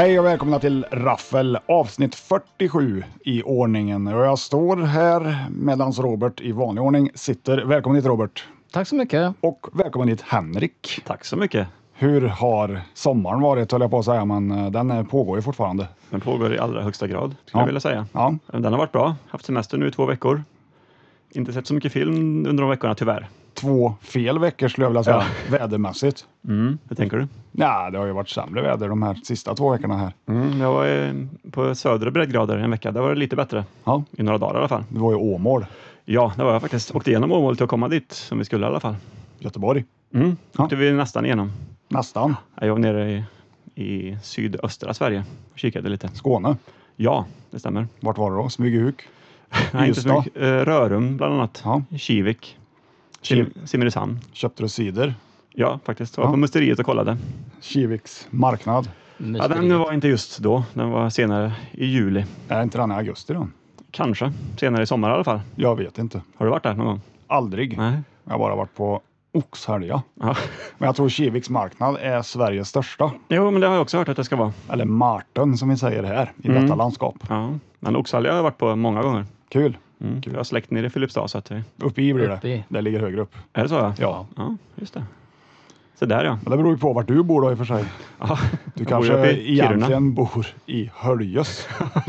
Hej och välkomna till Raffel, avsnitt 47 i ordningen. Och jag står här medan Robert i vanlig ordning sitter. Välkommen hit Robert. Tack så mycket. Och välkommen hit Henrik. Tack så mycket. Hur har sommaren varit, höll jag på att säga, men den pågår ju fortfarande. Den pågår i allra högsta grad, skulle jag vilja säga. Ja. Den har varit bra. Haft semester nu i 2 veckor. Inte sett så mycket film under de veckorna, tyvärr. 2 fel veckor skulle jag vilja säga, vädermässigt. Hur tänker du? Nej, det har ju varit sämre väder de här sista 2 veckorna här. Jag var på södra breddgrader en vecka. Där var det lite bättre. Ja. I några dagar i alla fall. Det var ju Åmål. Ja, det var jag faktiskt. Åkte igenom Åmål till att komma dit som vi skulle i alla fall. Göteborg. Åkte vi nästan igenom. Nästan. Jag var nere i sydöstra Sverige och kikade lite. Skåne. Ja, det stämmer. Vart var det då? Smygehuk? Nej, inte så mycket. Rörum bland annat. Ja. Kivik. Simrishamn. Köpte du cider? Ja, faktiskt. Jag var på musteriet och kollade. Kiviks marknad. Ja, den var inte just då. Den var senare i juli. Är inte den i augusti då? Kanske. Senare i sommar i alla fall. Jag vet inte. Har du varit där någon gång? Aldrig. Nej. Jag har bara varit på Oxhälja. Ja. Men jag tror Kiviks marknad är Sveriges största. Jo, men det har jag också hört att det ska vara. Eller Marten som vi säger här i detta landskap. Ja. Men Oxhälja har jag varit på många gånger. Kul. Jag har släkt nere i Filipstad så att Uppe i blir det. Uppe i. Det ligger högre upp. Är det så? Ja. Ja, just det. Så där ja. Men det beror ju på vart du bor då i och för sig. Ja. Du Jag kanske bor uppe i Kiruna. egentligen bor i Höljes.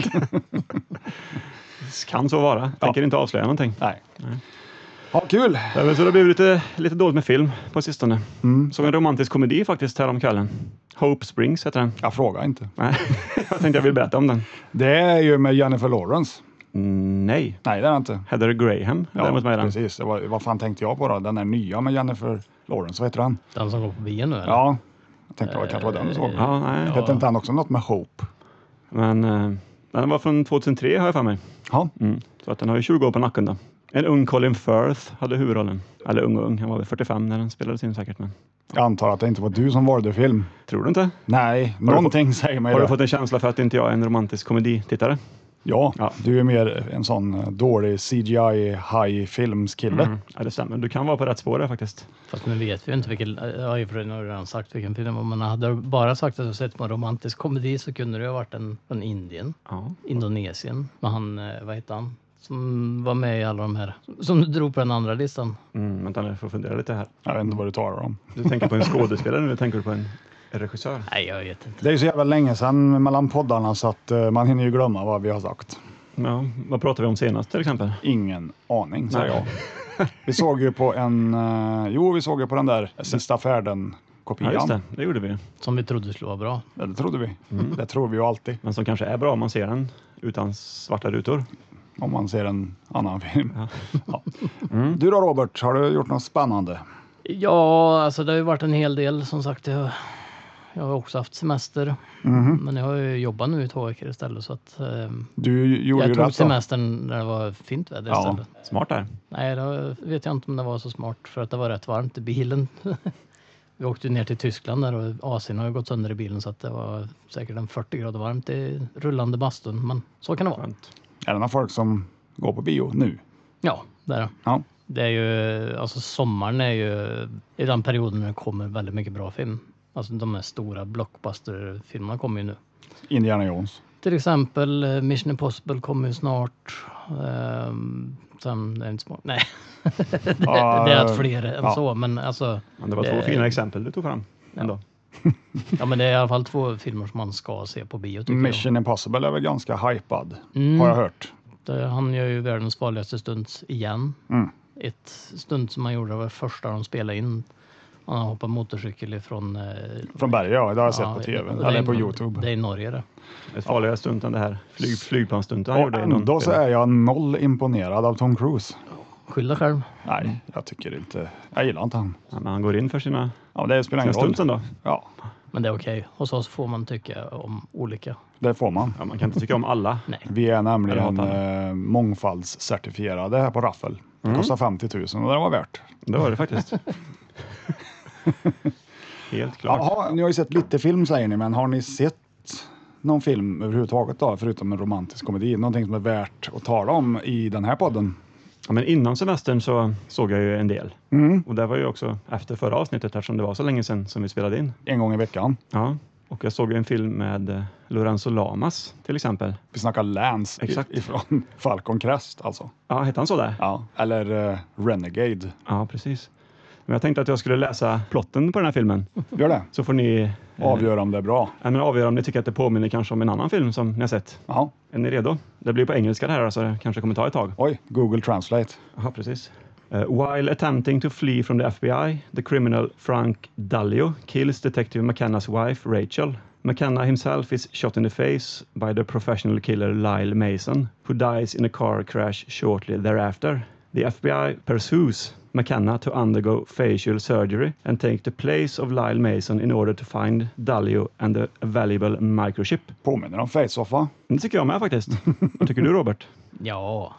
Kan så vara. Tänker inte avslöja någonting. Nej. Ja, kul. Ja, men så det har blivit lite dåligt med film på sistone. Såg en romantisk komedi faktiskt här om kvällen. Hope Springs heter den. Jag frågar inte. Nej, jag tänkte jag vill berätta om den. Det är ju med Jennifer Lawrence. Nej. Nej, det är det inte. Heather Graham. Ja, däremot med den. precis. Vad fan tänkte jag på då? Den är nya med Jennifer Lawrence. Vad heter den? Den som går på bio nu eller? Ja, jag tänkte det kanske var den du såg. Ja, nej. Hette inte han också något med Hope? Men den var från 2003 har jag för mig. Ja. Så att den har ju 20 år på nacken då. En ung Colin Firth hade huvudrollen. Eller ung. Han var väl 45 när den spelades in säkert. Men Jag antar att det inte var du som valde film. tror du inte? Nej, någonting säger mig Har det. du fått en känsla för att inte jag är en romantisk komeditittare? Ja, Ja. du är mer en sån dålig CGI high filmskille. Ja, det stämmer. Du kan vara på rätt spår där faktiskt. Fast nu vet vi ju inte vilken, jag har ju redan sagt vilken film, om man hade bara sagt att du sett på en romantisk komedi så kunde det ju ha varit en från Indien, Ja. Indonesien. Men han, vad heter han? Som var med i alla de här, som du drog på den andra listan. Vänta nu, jag får fundera lite här. Jag vet inte vad du talar om. Du tänker på en skådespelare nu, eller tänker du på en regissör? Nej, jag vet inte. Det är ju så jävla länge sedan mellan poddarna så att man hinner ju glömma vad vi har sagt. Ja, vad pratar vi om senast till exempel? Ingen aning, säger Nej. jag. Vi såg ju på vi såg ju på den där Sista färden-kopian. Ja, just det. Det gjorde vi. Som vi trodde skulle vara bra. Ja, det trodde vi. Det tror vi ju alltid. Men som kanske är bra om man ser den utan svarta rutor. Om man ser en annan film. Ja. Ja. Du då Robert, har du gjort något spännande? Ja, alltså det har ju varit en hel del som sagt. Jag har också haft semester. Men jag har ju jobbat nu i 2 veckor istället så att Du gjorde ju jag tog rätt då. semestern när det var fint väder Ja. istället. Smart där. Nej, då vet jag inte om det var så smart för att det var rätt varmt i bilen. Vi åkte ner till Tyskland där och AC:n har ju gått sönder i bilen så att det var säkert en 40 grader varmt i rullande bastun. Men så kan det vara. Skönt. Är det några folk som går på bio nu? Ja, det är det. Ja. Det är ju, alltså sommaren är ju i den perioden när det kommer väldigt mycket bra film. Alltså de här stora blockbuster-filmerna kommer ju nu. Indiana Jones. Till exempel Mission Impossible kommer ju snart. Sen är det inte smart. Nej, det är att fler än så. Men alltså, Men det var 2 fina exempel du tog fram. Ändå. ja, men det är i alla fall 2 filmer som man ska se på bio tycker Mission Impossible är väl ganska hypad, Mm. har jag hört. jag. Han gör ju världens farligaste stunt igen. Ett stunt som man gjorde var första de spelade in. Han har hoppat motorcykel ifrån... Från berget, ja. Det har jag sett på tv. Eller på YouTube. Det är i Norge det. Ett farligare stunt än det här flygplansstunten han Och gjorde i någon ändå så film. är jag noll imponerad av Tom Cruise. Skylla själv. Nej, jag tycker inte. Jag gillar inte han. Ja, men han går in för sina Ja, det spelar ingen roll. stunts ändå. Ja, Men det är okej. Hos oss får man tycka om olika. det får man. Ja, man kan inte tycka om alla. Nej. Vi är nämligen Eller mångfaldscertifierade här på Raffel. Det kostar 50 000 och det var värt. Det var det faktiskt. Helt klart. Jaha, ni har ju sett lite film säger ni, men har ni sett någon film överhuvudtaget då, förutom en romantisk komedi? Någonting som är värt att tala om i den här podden? Ja, men innan semestern så såg jag ju en del. Och det var ju också efter förra avsnittet eftersom det var så länge sedan som vi spelade in. En gång i veckan. Ja. Och jag såg en film med Lorenzo Lamas till exempel. Vi snackar Lance ifrån Falcon Crest alltså. Ja, heter han så där? Ja, eller Renegade. Ja, precis. Men jag tänkte att jag skulle läsa plotten på den här filmen. Gör det. Så får ni... Avgöra om det är bra. Avgöra om ni tycker att det påminner kanske om en annan film som ni har sett. Ja. Är ni redo? Det blir på engelska det här, så det kanske kommer ta ett tag. Oj, Google Translate. Ja, precis. While attempting to flee from the FBI, the criminal Frank Dallio kills Detective McKenna's wife, Rachel. McKenna himself is shot in the face by the professional killer Lyle Mason, who dies in a car crash shortly thereafter. The FBI pursues McKenna to undergo facial surgery and take the place of Lyle Mason in order to find Dallio and the valuable microchip. Påminner om Face-Off, va? Det tycker jag med faktiskt. Vad tycker du, Robert? Ja.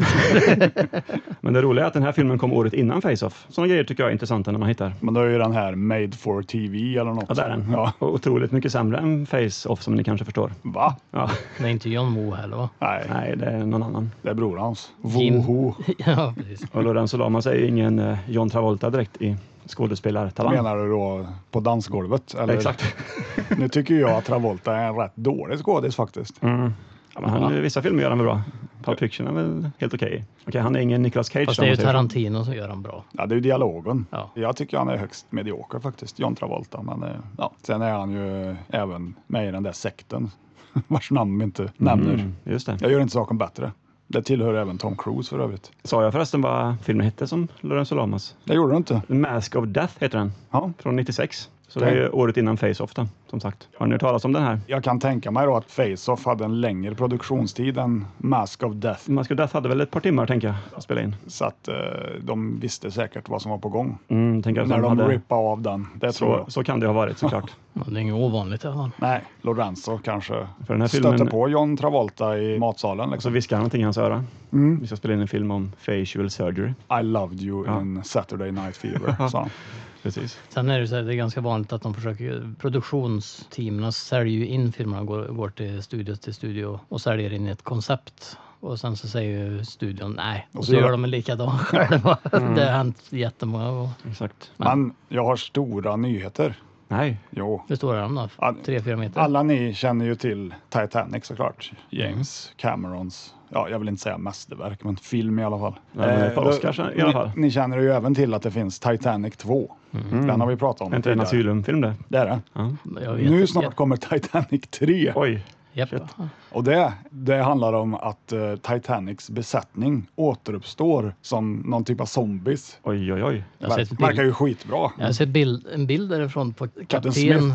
Men det roliga är att den här filmen kom året innan Face-Off. Sådana grejer tycker jag är intressanta när man hittar. Men då är ju den här Made for TV eller något. Ja, det är den. Ja. Och otroligt mycket sämre än Face-Off som ni kanske förstår. Va? Ja. Det är inte John Woo heller, va? Nej, det är någon annan. Det är bror hans. Jim. Woho. Ja, precis. Och Lorenzo Lamas är ju ingen John Travolta direkt i skådespelartalang. Menar du då på dansgolvet? Eller? Exakt. Nu tycker jag att Travolta är en rätt dålig skådis faktiskt. Mm. Ja, men vissa filmer gör han väl bra. Pulp Fiction är väl helt okej. Okej, han är ingen Nicolas Cage. Fast det är ju Tarantino som gör han bra. Ja, det är ju dialogen. Ja. Jag tycker han är högst medioker faktiskt, John Travolta. Men ja, sen är han ju även med i den där sekten vars namn vi inte nämner. Just det. Jag gör inte saken bättre. Det tillhör även Tom Cruise för övrigt. Sa jag förresten vad filmen hette som Lorenzo Lamas? Det gjorde du inte. Mask of Death heter den. Ja. Från 96. Så det är ju året innan Face-Off då, som sagt. Har ni hört talas om den här? Jag kan tänka mig då att Face-Off hade en längre produktionstid än Mask of Death. Mask of Death hade väl ett par timmar, tänker jag, att spela in. Så att de visste säkert vad som var på gång. Tänker att När de hade... rippade av den. Det tror jag. Så kan det ha varit, såklart. Ja, det är inget ovanligt i alla fall. Nej, Lorenzo kanske För den här stötte filmen... på John Travolta i matsalen. Så Liksom. viskar han någonting i hans öra. Vi ska spela in en film om facial surgery. I loved you in Saturday Night Fever, sa han. Precis. Sen är det så här, det är ganska vanligt att de försöker, produktionsteamen säljer ju in filmerna, går till studio och säljer in ett koncept. Och sen så säger ju studion nej. Och så gör de en likadan själva. Det har hänt jättemånga gånger. Exakt. Men jag har stora nyheter. Nej. Jo. Hur stor är de då? 3-4 meter? Alla ni känner ju till Titanic såklart. James Camerons, ja, jag vill inte säga mästerverk, men film i alla fall. På Oscars i alla fall. Ni känner ju även till att det finns Titanic 2. Den har vi pratat om. Är inte en asylumfilm det? Det är det. Ja. Nu snart kommer Titanic 3. Oj. Japp. Och det handlar om att Titanics besättning återuppstår som någon typ av zombies. Oj. Jag har sett Verkar ju skitbra. Jag har sett en bild därifrån på kapten.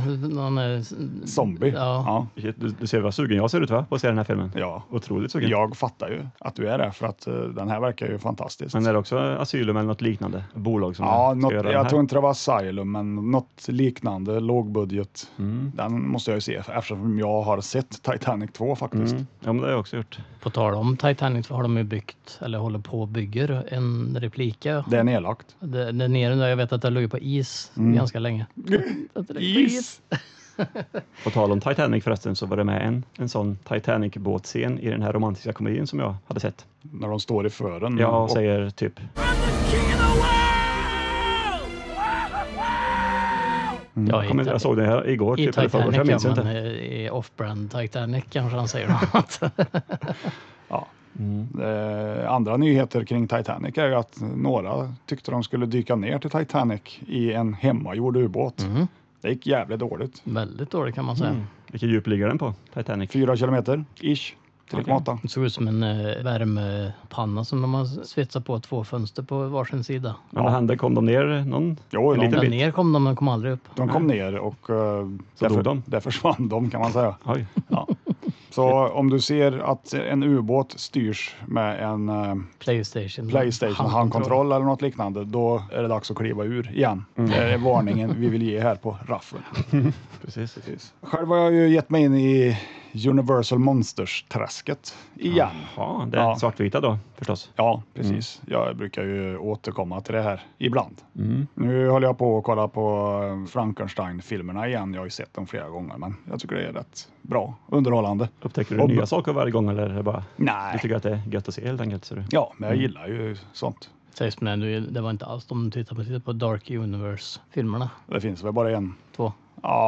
Någon Zombie. Ja. Du ser vad sugen jag ser ut, va? På att se den här filmen. Ja. Otroligt sugen. Jag fattar ju att du är det, för att den här verkar ju fantastisk. Men är det också Asylum eller något liknande bolag som Ja, ska göra den jag här? tror inte det var Asylum, men något liknande, lågbudget. Den måste jag ju se, eftersom jag har sett Titanic 2 faktiskt. Ja, men det har jag också gjort. På tal om Titanic så har de ju byggt, eller håller på och bygger en replika. Det är nedlagt. Det är nere där, jag vet att det låg på is ganska länge. Is! På tal om Titanic förresten, så var det med en sån Titanic-båtscen i den här romantiska komedin som jag hade sett. När de står i fören. Ja, och säger typ... Jag såg det här igår, i typ, eller Titanic, jag minns men inte. i off-brand Titanic kanske han säger något. Ja. Andra nyheter kring Titanic är ju att några tyckte de skulle dyka ner till Titanic i en hemmagjord ubåt. Det gick jävligt dåligt. Väldigt dåligt kan man säga. Vilket djup ligger den på, Titanic? 4 kilometer, ish. 3,8. Det såg ut som en värmepanna som de har svetsat på 2 fönster på varsin sida. Men vad hände? Kom de ner någon? Jo, en liten bit? Ner kom de, men kom aldrig upp. De kom ner och där försvann de, kan man säga. Oj. Ja. Så om du ser att en ubåt styrs med en Playstation handkontroll eller något liknande, då är det dags att kliva ur igen. Det är varningen vi vill ge här på Raffel. Precis. Själv har jag ju gett mig in i Universal Monsters-träsket igen. Ja, det är svartvita då förstås. Ja, precis. Jag brukar ju återkomma till det här ibland. Nu håller jag på att kolla på Frankenstein-filmerna igen. Jag har ju sett dem flera gånger, men jag tycker det är rätt bra, underhållande. Upptäcker du nya saker varje gång, eller är det bara... Nej. Du tycker att det är gött att se helt enkelt? Så du... Ja, men jag gillar ju sånt. Sägs men det var inte alls de tittar på Dark Universe-filmerna. Det finns väl bara en. 2. Ja,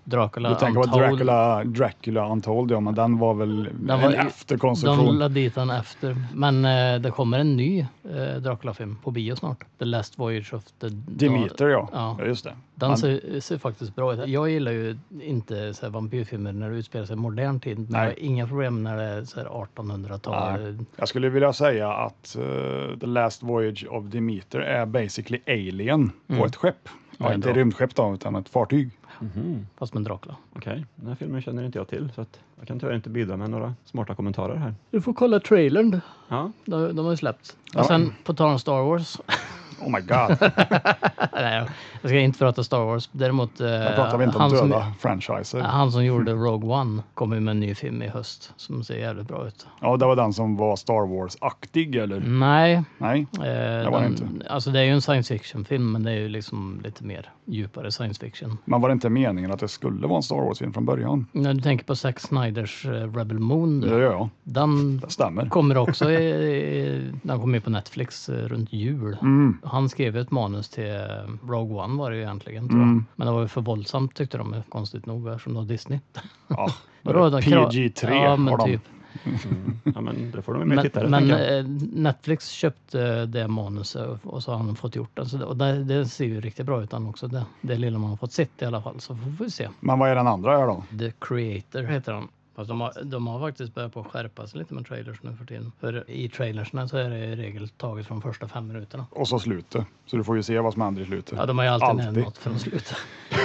Dracula Du tänker på Dracula Untold, ja, men den var väl en efterkonstruktion. De lade dit den efter. Men det kommer en ny Dracula-film på bio snart. The Last Voyage of the Demeter, ja. Just det. Den ser faktiskt bra ut. Jag gillar ju inte så här vampyrfilmer när det utspelar sig i modern tid. Men jag har inga problem när det är så här 1800-tal. Jag skulle vilja säga att The Last Voyage of Demeter är basically Alien på ett skepp. Ja, inte rymdskepp då, utan ett fartyg. Fast med Dracula. Okej, den här filmen känner inte jag till, så att jag kan tyvärr inte bidra med några smarta kommentarer här. Du får kolla trailern. Ja. De har ju släppt. Och sen på tal om Star Wars. Oh my god. Nej, jag ska inte prata Star Wars. Däremot jag pratar inte om döda franchiser. Han som gjorde Rogue One kommer med en ny film i höst som ser jävligt bra ut. Ja, det var den som var Star Wars-aktig, eller? Nej. Det var det inte. Alltså det är ju en science fiction-film, men det är ju liksom lite mer djupare science fiction. Men var det inte meningen att det skulle vara en Star Wars-film från början? När du tänker på Zack Snyders Rebel Moon. Det gör jag. Den det stämmer. Kommer också den kommer på Netflix runt jul. Han skrev ett manus till Rogue One var det ju egentligen, tror jag. Men det var ju för våldsamt, tyckte de, konstigt nog, eftersom det var Disney. Ja, PG-3 ja, men typ. Ja, men det får de med tittare. Men Netflix köpte det manuset och så har han fått gjort den. Så och det ser ju riktigt bra ut också. Det lilla man har fått sett i alla fall, så får vi se. Men vad är den andra då? The Creator heter den. Fast de har faktiskt börjat på att skärpa sig lite med trailers nu för tiden. För i trailersna så är det i regel taget från första 5 minuterna. Och så slutet. Så du får ju se vad som händer i slutet. Ja, de har ju alltid något från slutet.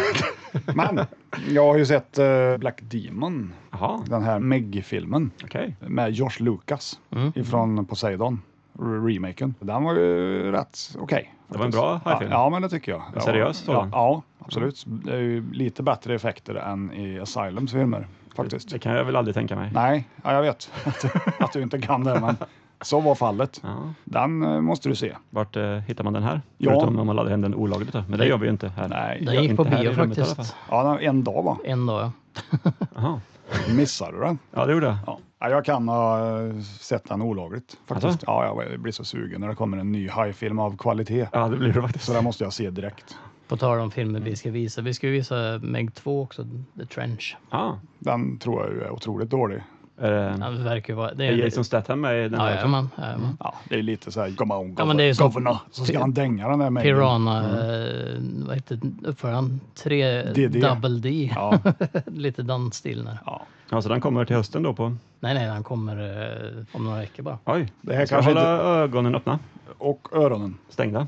Men jag har ju sett Black Demon. Aha. Den här Meg-filmen. Okay. Med Josh Lucas ifrån Poseidon. Remaken. Den var ju rätt okej. Det var en bra high-film. Ja, men det tycker jag. En seriös sådan? Ja, absolut. Det är ju lite bättre effekter än i Asylums filmer. Faktiskt. Det kan jag väl aldrig tänka mig. Nej, jag vet att du inte kan det, men så var fallet. Ja. Den måste du se. Vart hittar man den här? Ja. Förutom om man laddar hem den olagligt då. Men det gör vi ju inte här. Nej. Den gick på bio faktiskt. Ja, en dag va? En dag, ja. Jaha. Missade du den? Ja, det gjorde jag. Ja, jag kan ha sett den olagligt faktiskt. Alltså? Ja, jag blir så sugen när det kommer en ny high-film av kvalitet. Ja, det blir det faktiskt. Så den måste jag se direkt. På tal om filmer vi ska visa. Vi ska visa Meg 2 också, The Trench. Den tror jag är otroligt dålig. Det verkar vara... Det är Jason Statham med i den här. Ja, det är lite så här, come on, men det är governor. Så ska han dänga den där Meg. Piranha, vad heter uppföraren? 3 Double D. Ja. Lite den stilen där. Ja, så den kommer till hösten då på? Nej, den kommer om några veckor bara. Oj, det här ska kanske hålla ögonen öppna. Och öronen. Stängda.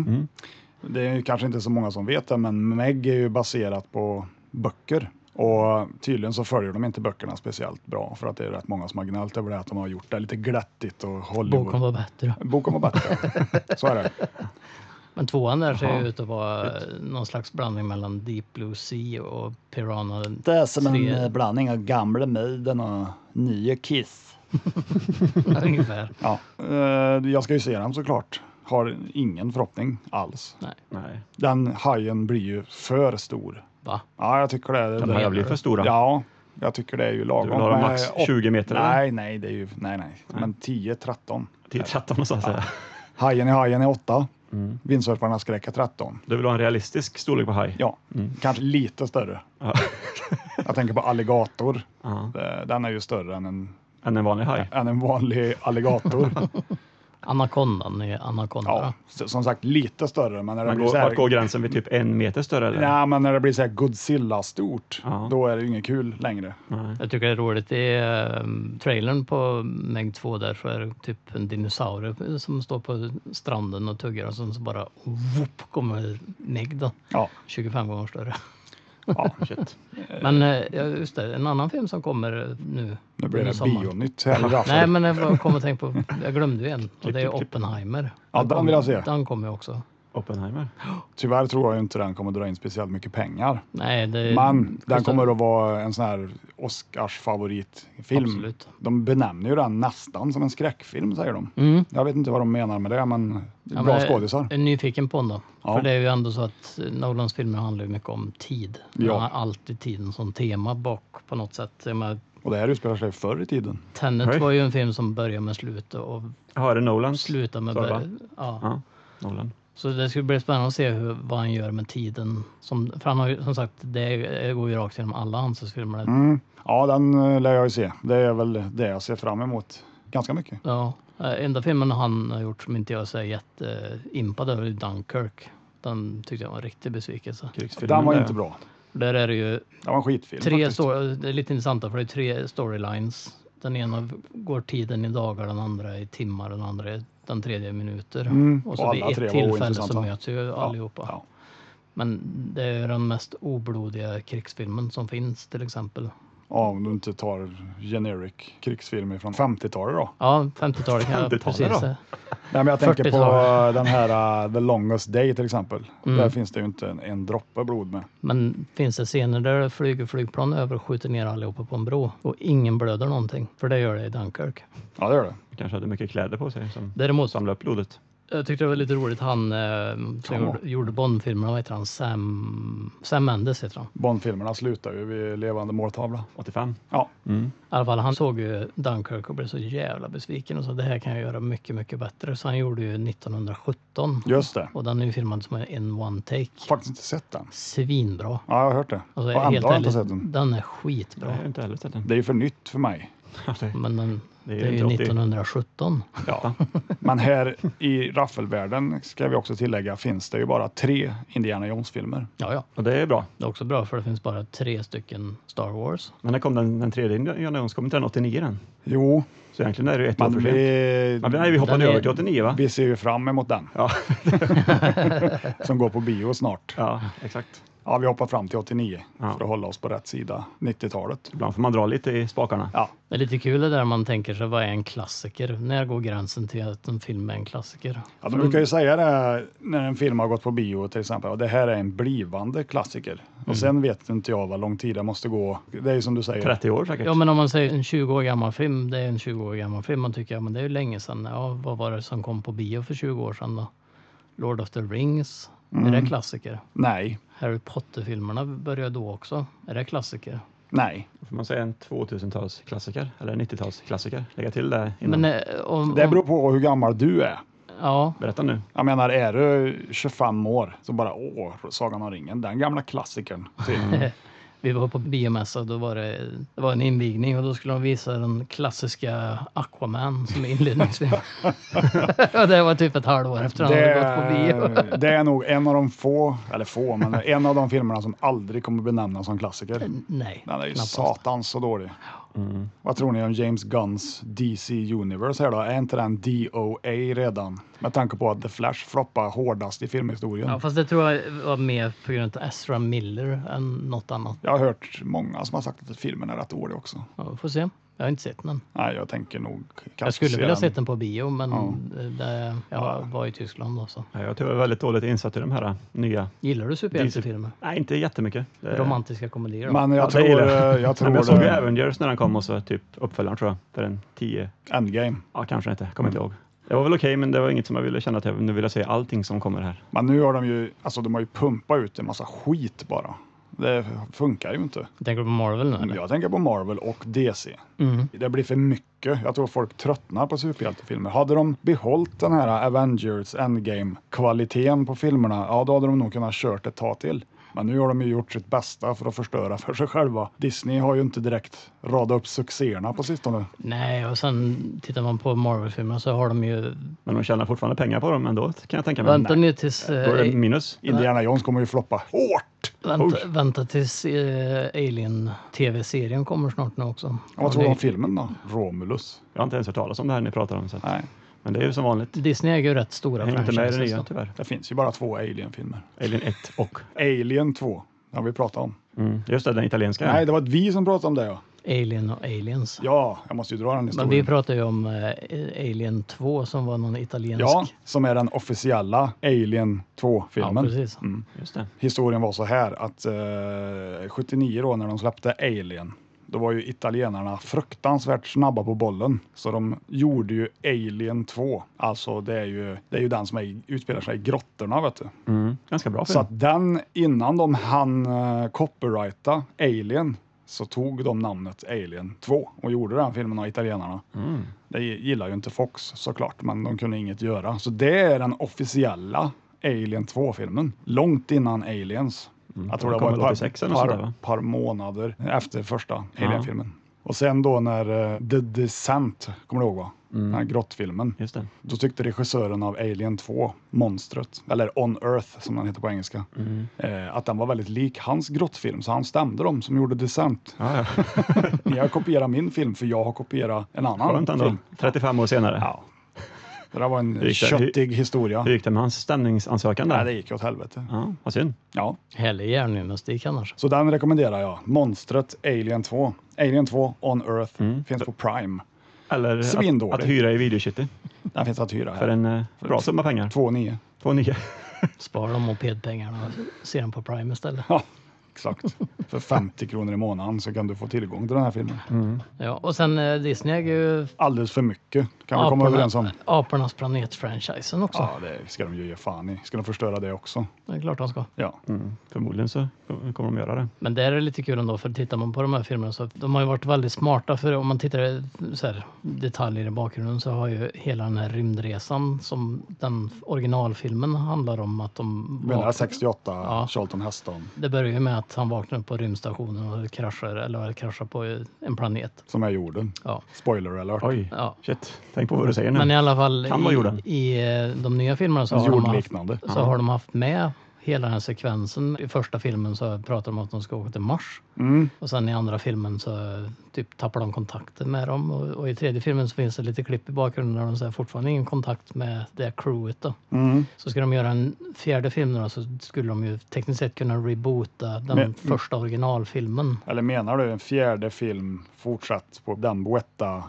Det är ju kanske inte så många som vet det, men Meg är ju baserat på böcker. Och tydligen så följer de inte böckerna speciellt bra, för att det är rätt många som har gnällt över det, att de har gjort det lite glättigt och Hollywood. Boken var bättre. Boken var bättre, så är det. Men 2:an där ser ut att vara någon slags blandning mellan Deep Blue Sea och Piranha. Det är som en blandning av gamla Maiden och nya Kiss. Ungefär. Ja, jag ska ju se den såklart. Har ingen förhoppning alls. Nej. Den hajen blir ju för stor. Va? Ja, jag tycker det. Den hajar blir för stora. Ja, jag tycker det är ju lagom. Du vill ha max 20 meter? Nej, det är ju, nej. Men 10-13. 10-13 så att säga. Hajen är 8. Vindsurfarna skräcker 13. Du vill ha en realistisk storlek på haj? Ja, kanske lite större. Ja. Jag tänker på alligator. Ja. Den är ju större än en vanlig haj? Än en vanlig alligator. Anakondan är anakonda. Ja, som sagt lite större. Men när det blir så här... Vart går gränsen vid typ 1 meter större? Eller? Nej, men när det blir så här Godzilla-stort, då är det ju inget kul längre. Nej. Jag tycker det är roligt. I trailern på Meg 2 där så är det typ en dinosaurie som står på stranden och tuggar och så bara whoop, kommer Meg då. Ja. 25 gånger större. Ja, shit. Men just det, en annan film som kommer nu. Nu blir det bionytt här. Nej, men jag kommer att tänka på, jag glömde ju en. Och det är Oppenheimer. Ja, den vill jag se. Den kommer också. Oppenheimer? Tyvärr tror jag inte den kommer dra in speciellt mycket pengar. Nej, men den kommer att vara en sån här Oscars favoritfilm. Absolut. De benämner ju den nästan som en skräckfilm, säger de. Jag vet inte vad de menar med det, men bra skådisar. Jag är nyfiken på den då. Ja. För det är ju ändå så att Nolans filmer handlar mycket om tid. Ja. Han har alltid tiden som tema bak på något sätt. Och det här utspelar sig förr i tiden. Tenet var ju en film som börjar med slut och är det Nolans? Slutar med... Ja, Nolan. Så det skulle bli spännande att se vad han gör med tiden. För han har ju, som sagt, det går ju rakt genom alla hans filmer. Ja, den lär jag ju se. Det är väl det jag ser fram emot ganska mycket. Ja, enda filmen han har gjort som inte jag är så jätteimpad över är Dunkirk. Den tyckte jag var en riktig besvikelse. Den var inte bra. Där är det ju det var en skitfilm, det är lite intressant för det är 3 storylines. Den ena går tiden i dagar, den andra i timmar, den andra den tredje i minuter. Och så vid ett tillfälle så möts ju allihopa. Ja. Men det är den mest oblodiga krigsfilmen som finns till exempel. Ja, om du inte tar generic krigsfilmer från 50-talet då. Ja, 50-talet kan jag precis. Nej, men jag tänker på den här The Longest Day till exempel. Där finns det ju inte en droppe blod med. Men finns det scener där det flyger flygplan över och skjuter ner allihopa på en bro och ingen blöder någonting? För det gör det i Dunkirk. Ja, det gör det. Kanske hade mycket kläder på sig som däremot samlade upp blodet. Jag tyckte det var lite roligt, han som gjorde Bond-filmerna, vad heter han? Sam Mendes heter han. Bond-filmerna slutar ju vid levande måltavla. 85. Ja. I alla fall, han såg ju Dunkirk och blev så jävla besviken och så det här kan jag göra mycket, mycket bättre. Så han gjorde ju 1917. Just det. Och den är ju filmad som en one take. Faktiskt inte sett den. Svinbra. Ja, jag har hört det. Alltså, och ändå har jag inte sett den. Den är skitbra. Jag har inte heller sett den. Det är ju för nytt för mig. Men det är ju 1917. Ja, men här i raffelvärlden ska vi också tillägga finns det ju bara 3 Indiana Jones-filmer. Ja. Och det är bra. Det är också bra för det finns bara 3 stycken Star Wars. Men när kom den tredje Indiana Jones? Kom inte den 89 den? Jo. Så egentligen är det ju ett år för sent. Vi hoppade över till 89 va? Vi ser ju fram emot den. Ja. Som går på bio snart. Ja, exakt. Ja, vi hoppar fram till 89 för att hålla oss på rätt sida 90-talet. Ibland får man dra lite i spakarna. Ja. Det är lite kul det där man tänker sig, vad är en klassiker? När går gränsen till att en film är en klassiker? Ja, de brukar ju säga det när en film har gått på bio till exempel. Och det här är en blivande klassiker. Och sen vet inte jag vad lång tid det måste gå. Det är ju som du säger. 30 år säkert. Ja, men om man säger en 20 år gammal film, det är en 20 år gammal film. Man tycker, ja men det är ju länge sedan. Ja, vad var det som kom på bio för 20 år sedan då? Lord of the Rings. Är det klassiker? Nej. Harry Potter-filmerna började då också. Är det klassiker? Nej. Får man säga en 2000-talsklassiker eller 90-talsklassiker? Lägga till det innan. Men, det beror på hur gammal du är. Ja. Berätta nu. Jag menar, är du 25 år så bara, Sagan om ringen, den gamla klassikern. Vi var på biomässa, då var det var en invigning och då skulle de visa den klassiska Aquaman som är inledningsfilm. Och det var typ ett halvår efter han hade gått på bio. Det är nog en av de men en av de filmerna som aldrig kommer benämnas som klassiker. Nej. Den är ju satans så dålig. Vad tror ni om James Gunns DC Universe här då? Är inte den DOA redan? Med tanke på att The Flash floppar hårdast i filmhistorien. Ja, fast det tror jag var mer på grund av Ezra Miller än något annat. Jag har hört många som har sagt att filmen är rätt dålig också. Ja, får se. Jag har inte sett den. Nej, jag tänker nog jag skulle vilja sett den på bio, men jag var i Tyskland också. Ja, jag tror jag är väldigt dåligt insatt i de här nya. Gillar du superhjältefilmer? Nej, inte jättemycket. Romantiska komedier då? Men jag tror jag såg ju Avengers när den kom och så typ uppföljaren tror jag för en 10. Endgame. Ja, kanske inte. Kommer inte ihåg. Det var väl okej, men det var inget som jag ville känna att jag nu vill se allting som kommer här. Men nu har de har ju pumpat ut en massa skit bara. Det funkar ju inte. Tänker du på Marvel nu? Eller? Jag tänker på Marvel och DC. Det blir för mycket. Jag tror folk tröttnar på superhjältefilmer. Hade de behållit den här Avengers Endgame-kvaliteten på filmerna, ja då hade de nog kunnat kört ett tag till. Men nu har de ju gjort sitt bästa för att förstöra för sig själva. Disney har ju inte direkt radat upp succéerna på sistone. Nej, och sen tittar man på Marvel-filmerna så har de ju... Men de tjänar fortfarande pengar på dem ändå, kan jag tänka mig. Vänta nu tills... Då är det minus. Indiana Jones kommer ju floppa hårt. Vänta tills Alien-tv-serien kommer snart nu också. Vad tror du om filmen då? Romulus. Jag har inte ens hört talas om det här ni pratar om. Så att... Nej. Men det är ju som vanligt. Disney äger ju rätt stora franchises. Inte med i det nya tyvärr. Det finns ju bara 2 Alien-filmer. Alien 1 och... Alien 2. Det har vi pratat om. Just det, den italienska. Nej, det var vi som pratade om det. Ja. Alien och Aliens. Ja, jag måste ju dra den historien. Men vi pratade ju om Alien 2 som var någon italiensk. Ja, som är den officiella Alien 2-filmen. Ja, precis. Just det. Historien var så här att 79 då när de släppte Alien, då var ju italienarna fruktansvärt snabba på bollen. Så de gjorde ju Alien 2. Alltså det är ju den som utspelar sig i grottorna, vet du. Ganska bra film. Så att den, innan de hann copyrighta Alien, så tog de namnet Alien 2 och gjorde den filmen av italienarna. Det gillar ju inte Fox såklart, men de kunde inget göra. Så det är den officiella Alien 2-filmen. Långt innan Aliens. Jag tror det var ett par månader efter första Alien-filmen. Och sen då när The Descent, kommer du ihåg va? Den här grottfilmen. Just det. Då tyckte regissören av Alien 2, Monstret, eller On Earth som den heter på engelska, att den var väldigt lik hans grottfilm. Så han stämde dem som gjorde Descent. Ja. Ni har kopierat min film för jag har kopierat en annan film. 35 år senare. Ja. Det där var en köttig historia. Hur gick det med hans stämningsansökan där? Nej, det gick åt helvete. Ja, vad synd. Ja. Härlig järngymnastik annars. Så den rekommenderar jag. Monstret Alien 2. Alien 2 On Earth. Finns på Prime. Eller att hyra i Videocity. Den finns att hyra här. För en bra summa pengar. 2,9. Spara de mopedpengarna och se den på Prime istället. Ja, exakt. För 50 kronor i månaden så kan du få tillgång till den här filmen. Ja, och sen Disney äger ju alldeles för mycket. Kan vi komma överens om. Apornas planet-franchisen också. Ja, det ska de ju ge fan i. Ska de förstöra det också? Det är klart de ska. Ja. Förmodligen så kommer de göra det. Men det är lite kul ändå, för tittar man på de här filmerna så de har ju varit väldigt smarta, för om man tittar så här, detaljer i bakgrunden så har ju hela den här rymdresan som den originalfilmen handlar om att de... Menar 68, Charlton Heston. Det börjar ju med att han vaknar på rymdstationen och kraschar på en planet. Som är jorden. Ja. Spoiler alert. Oj, shit. Tänk på vad du säger nu. Men i alla fall i de nya filmerna så har de haft med hela den här sekvensen. I första filmen så pratar de om att de ska åka till Mars. Och sen i andra filmen så typ tappar de kontakten med dem. Och i tredje filmen så finns det lite klipp i bakgrunden där de säger fortfarande ingen kontakt med det crewet då. Så ska de göra en fjärde film då, så skulle de ju tekniskt sett kunna reboota den första originalfilmen. Eller menar du en fjärde film fortsatt på den Weta?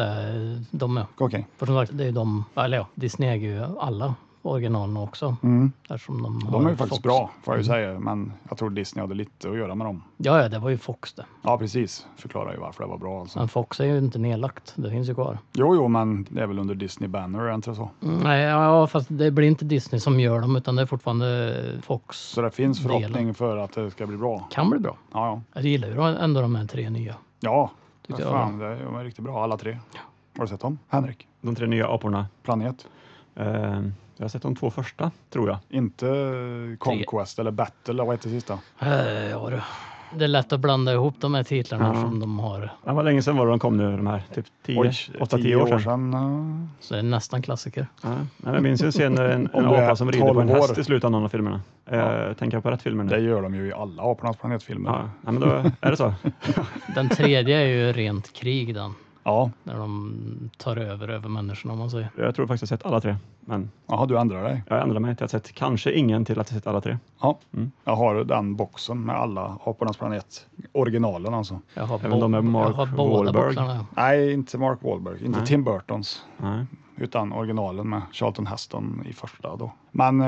De är. Okej. För som sagt, det är ju de, eller ja, Disney äger ju alla originalen också. De är ju faktiskt bra, får jag ju säga. Men jag tror Disney hade lite att göra med dem. Ja, det var ju Fox det. Ja, precis. Förklarar ju varför det var bra. Alltså. Men Fox är ju inte nedlagt. Det finns ju kvar. Jo, men det är väl under Disney Banner, är det inte så? Nej, fast det blir inte Disney som gör dem, utan det är fortfarande Fox. Så det finns förhoppning för att det ska bli bra? Kan bli bra. Ja. Jag gillar ju ändå de här 3 nya. Ja, det är riktigt bra, alla 3. Har du sett dem, Henrik? De 3 nya aporna? Planet? Jag har sett de 2 första, tror jag. Inte Conquest eller Battle, eller vad heter det sista? Ja, det är lätt att blanda ihop de här titlarna som de har. Det var länge sedan de kom nu, de här typ 8-10 år sedan. Så det är nästan klassiker. Ja. Jag minns ju sen en apa som rider på en häst i slutet av någon av filmerna. Tänker jag på rätt filmer nu? Det gör de ju i alla Apornas planetfilmer. Ja, men då är det så. Den tredje är ju rent krig den. Ja. När de tar över människorna, om man säger. Jag tror faktiskt jag har sett alla 3. Men... Jaha, du ändrar dig? Jag ändrar mig till att ha sett kanske ingen till att ha sett alla 3. Ja, jag har den boxen med alla Apornas planet. Originalen alltså. Jag har även de med Mark Wahlberg. Nej, inte Mark Wahlberg. Inte Tim Burtons. Nej. Utan originalen med Charlton Heston i första då. Men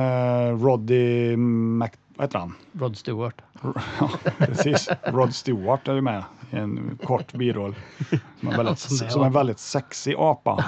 Roddy vad heter han? Rod Stewart. Ja, precis. Rod Stewart är ju med i en kort biroll. Som en väldigt sexig apa.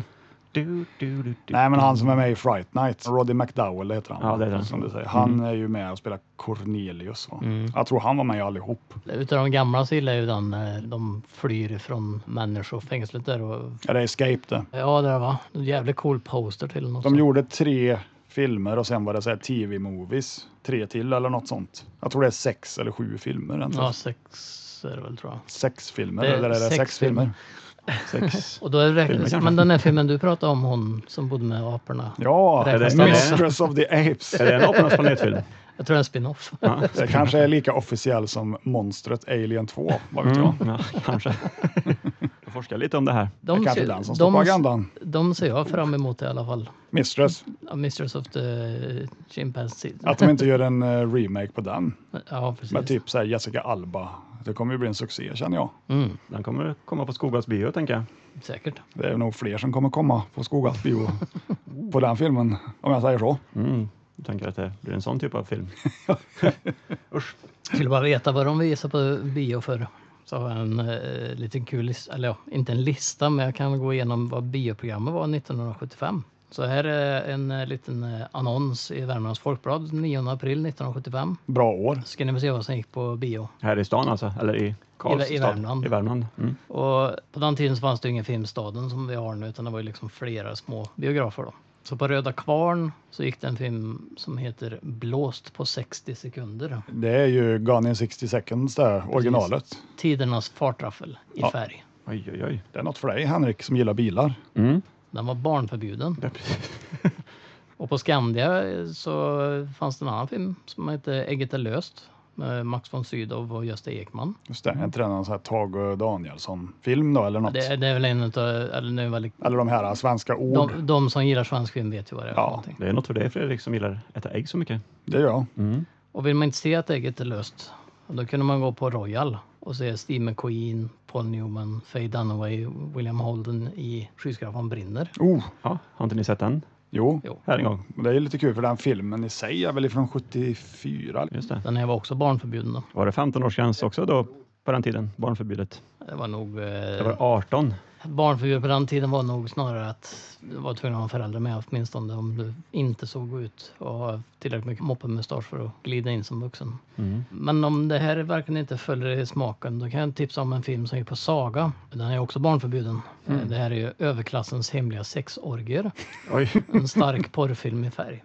Nej, men han som är med i Fright Night, Roddy McDowell heter han. Ja, det är det. Som du säger. Han är ju med och spelar Cornelius. Jag tror han var med i allihop. Utav de gamla så gillar ju den de flyr från människofängslet där. Ja, det är Escape det. Ja, det var en jävligt cool poster till något. De gjorde 3 filmer och sen var det så här TV-movies. 3 till eller något sånt. Jag tror det är 6 eller 7 filmer. Ja, 6 är det väl, tror jag. 6 filmer, eller är det 6 filmer? 6 och då är det men den här filmen du pratade om, hon som bodde med aporna. Ja, Mistress of the Apes. Är det en Apornas planetfilm? Jag tror det är en spin-off. Ja, det kanske är lika officiell som Monstret Alien 2, vad vet jag. Ja, kanske. Jag forskar lite om det här. Det är kanske den som står på agendan. De ser jag fram emot i alla fall. Mistress of the Chimpanzee. Att de inte gör en remake på den. Ja, precis. Med typ så här Jessica Alba. Det kommer ju bli en succé, känner jag. Den kommer komma på Skoghals bio, tänker jag. Säkert. Det är nog fler som kommer komma på Skoghals bio på den filmen, om jag säger så. Jag tänker att det blir en sån typ av film. Usch. Jag skulle bara veta vad de visar på bio för. Så har jag en liten kul lista, eller ja, inte en lista, men jag kan gå igenom vad bioprogrammet var 1975. Så här är en liten annons i Värmlands Folkblad 9 april 1975. Bra år. Ska ni se vad som gick på bio. Här i stan alltså, eller i Karlstad? I Värmland. I Värmland. Och på den tiden så fanns det ingen Filmstaden som vi har nu, utan det var ju liksom flera små biografer då. Så på Röda Kvarn så gick det en film som heter Blåst på 60 sekunder. Det är ju Gone in 60 seconds där, originalet. Tidernas fartraffel i färg. Oj. Det är något för dig, Henrik, som gillar bilar. Den var barnförbjuden. Och på Skandia så fanns det en annan film som heter Ägget är löst. Med Max von Sydow och Gösta Ekman. Just det, inte det någon sån här Tage Danielsson-film då eller något? Det är väl en utav, eller de här svenska ord. De som gillar svensk film vet ju vad det är. Ja, det är något för dig, Fredrik, som gillar äta ägg så mycket. Det gör jag. Och vill man inte se att ägget är löst, då kunde man gå på Royal och se Steve McQueen, Paul Newman, Faye Dunaway, William Holden i Skyskrapan brinner. Ja, har inte ni sett den? Jo. Här en gång. Det är lite kul för den filmen i sig är väl från 74. Just det. Den här var också barnförbjuden då. Var det 15-årsgräns också då på den tiden? Barnförbjudet? Det var nog... Det var 18. Barnförbud på den tiden var nog snarare att du var tvungen att ha en förälder med åtminstone om du inte såg ut och ha tillräckligt mycket moppemustasch för att glida in som vuxen. Men om det här verkligen inte följer i smaken, då kan jag tipsa om en film som är på Saga. Den är också barnförbjuden. Det här är ju Överklassens hemliga sexorgier. Oj. En stark porrfilm i färg.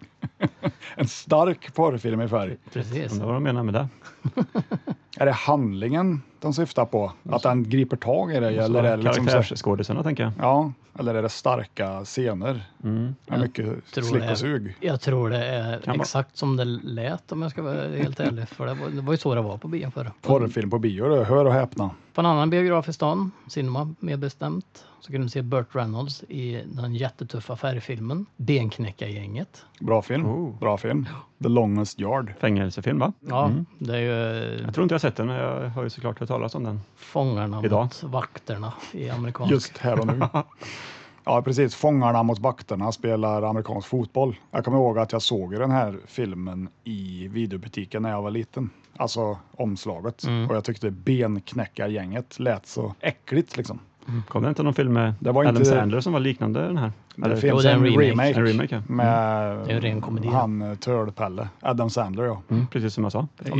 En stark porrfilm i färg. Precis. Undrar vad de menar med det. Är det handlingen de syftar på? Att den griper tag i dig? Eller är det liksom karaktärsskådisarna, tänker jag. Ja, eller är det starka scener? Med mycket slick och sug? Jag tror det är exakt som det lät, om jag ska vara helt ärlig. För det var ju så det var på bio förr. Porrfilm på bio, då. Hör och häpna. På en annan biograf i stan, Cinema mer bestämt, så kunde du se Burt Reynolds i den jättetuffa färgfilmen Benknäckargänget. Bra film. Bra film. The Longest Yard. Fängelsefilm, va? Ja, det är ju... Jag tror inte jag har sett den, men jag har ju såklart hört talas om den. Fångarna mot vakterna i amerikansk. Just här och nu. Ja, precis. Fångarna mot vakterna spelar amerikansk fotboll. Jag kommer ihåg att jag såg den här filmen i videobutiken när jag var liten. Alltså omslaget. Och jag tyckte Benknäckargänget lät så äckligt liksom. Kom det inte någon film med Adam Sandler som var liknande den här? Det finns en remake ja. med det är en ren komedi. Han Törlpelle. Adam Sandler, ja. Precis som jag sa. Om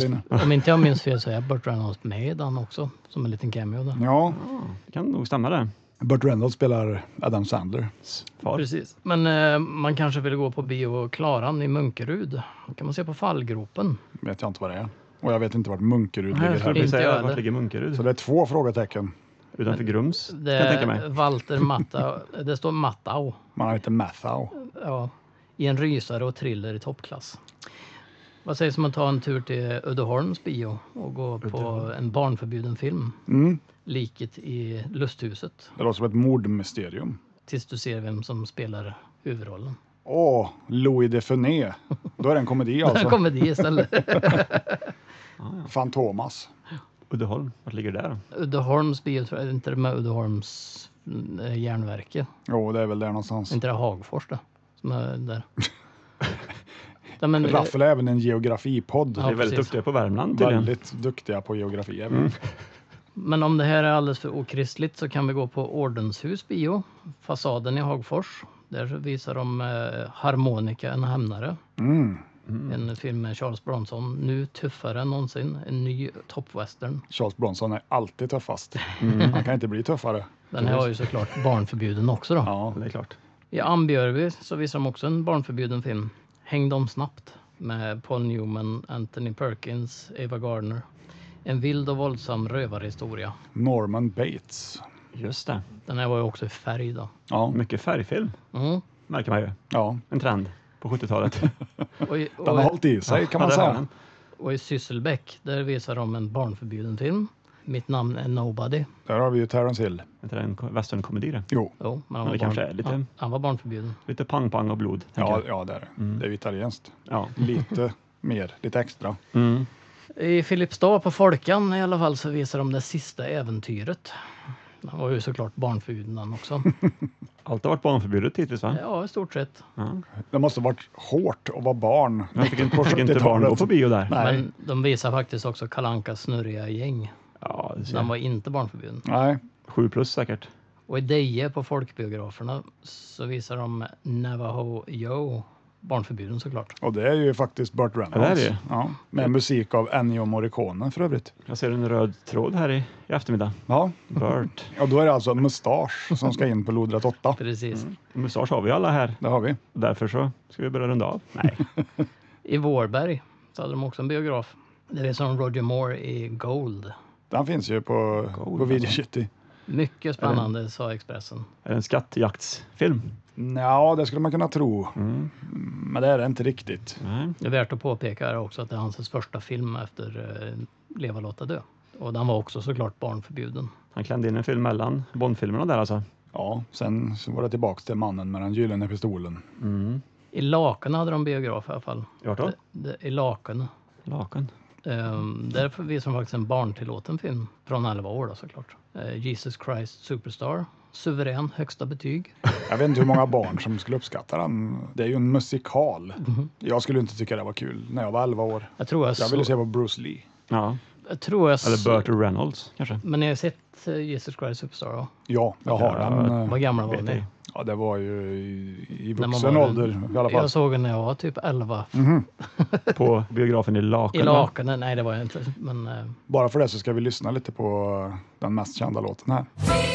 inte jag minns fel så är Burt Reynolds med den också. Som en liten cameo där. Ja. Det kan nog stämma det. Burt Reynolds spelar Adam Sandler. Far. Precis. Men man kanske vill gå på bio Klaran i Munkerud. Då kan man se på Fallgropen. Vet jag inte vad det är. Och jag vet inte vart Munkerud ligger här. Inte jag vart ligger Munkerud? Så det är 2 frågetecken. Utanför Grums, det kan jag tänka mig. Walter Mattau. Det står Mattau. Man heter Mathau. Ja, i en rysare och thriller i toppklass. Vad sägs om att ta en tur till Uddeholms bio och gå på en barnförbjuden film? Liket i Lusthuset. Det låter som ett mordmysterium. Tills du ser vem som spelar huvudrollen. Louis de Funès. Då är det en komedi alltså. Det är en komedi istället. Fantomas. Uddeholm, vart ligger det där då? Uddeholms bio, tror jag, inte det med Uddeholms järnverke. Jo, det är väl där någonstans. Inte det Hagfors då, som är där. Raffel är även en geografipodd. Ja, vi är väldigt duktiga på Värmland tydligen. Väldigt duktiga på geografi. Men om det här är alldeles för okristligt så kan vi gå på Ordenshus bio. Fasaden i Hagfors. Där visar de Harmonika, en hämnare. En film med Charles Bronson. Nu tuffare än någonsin. En ny toppwestern. Charles Bronson är alltid tuffast. Han kan inte bli tuffare. Den här var ju såklart barnförbjuden också då. Ja, det är klart. I Ambjörby så visar de också en barnförbjuden film. Häng dem snabbt. Med Paul Newman, Anthony Perkins, Ava Gardner. En vild och våldsam rövarhistoria. Norman Bates. Just det. Den här var ju också i färg då. Ja, mycket färgfilm. Märker man ju. Ja. En trend på 70-talet. Den har hållit i sig kan man säga. Och i Sysselbäck, där visar de en barnförbjuden film. Mitt namn är Nobody. Där har vi ju Terence Hill. Är det en westernkomedi det? Jo. Men det kanske är lite... han var barnförbjuden. Lite pang-pang och blod. Ja, det är det. Det är ju italienskt. Ja. Lite mer, lite extra. I Filipstad på Folkan i alla fall så visar de det sista äventyret. Det var ju såklart barnförbjuden också. Allt har varit barnförbjudet hittills, va? Ja, i stort sett. Det måste ha varit hårt att vara barn. Jag fick inte barn gå på bio där. Nej. Men de visar faktiskt också Kalle Ankas snurriga gäng. Ja, den var inte barnförbjuden. Nej. 7+ säkert. Och i Deje på folkbiograferna så visar de Navajo Joe. barnförbjuden såklart. Och det är ju faktiskt Burt Reynolds. Ja, det är det. Ja, med musik av Ennio Morricone för övrigt. Jag ser en röd tråd här i eftermiddag. Ja. Burt. Ja, då är det alltså mustasch som ska in på lodrätt 8. Precis. Mustasch har vi alla här. Det har vi. Därför så ska vi börja runda av. Nej. I Vårberg så hade de också en biograf. Det är som Roger Moore i Gold. Den finns ju på Video City. Mycket spännande, sa Expressen. Är det en skattjaktsfilm? Ja, det skulle man kunna tro. Men det är det inte riktigt. Nej. Det är värt att påpeka här också att det är hans första film efter Leva, låta dö. Och den var också såklart barnförbjuden. Han klämde in en film mellan Bondfilmerna där alltså. Ja, sen så var det tillbaka till mannen med den gyllene pistolen. I Laken hade de biograf i alla fall. Vart då? I Laken. Laken. Därför visar de faktiskt en barntillåten film från 11 år då, såklart. Jesus Christ Superstar. Suverän högsta betyg. Jag vet inte hur många barn som skulle uppskatta den. Det är ju en musikal. Jag skulle inte tycka det var kul när jag var 11 år. Jag ville se på Bruce Lee. Ja. Eller Burt Reynolds kanske. Men ni har sett Jesus Christ Superstar då? Ja, jag har den. Vad gamla var ni? Ja, det var ju i vuxen ålder i alla fall. Jag såg den när jag var typ 11. På biografen i Laken. I Laken? Nej, det var jag inte. Men, bara för det så ska vi lyssna lite på den mest kända låten här.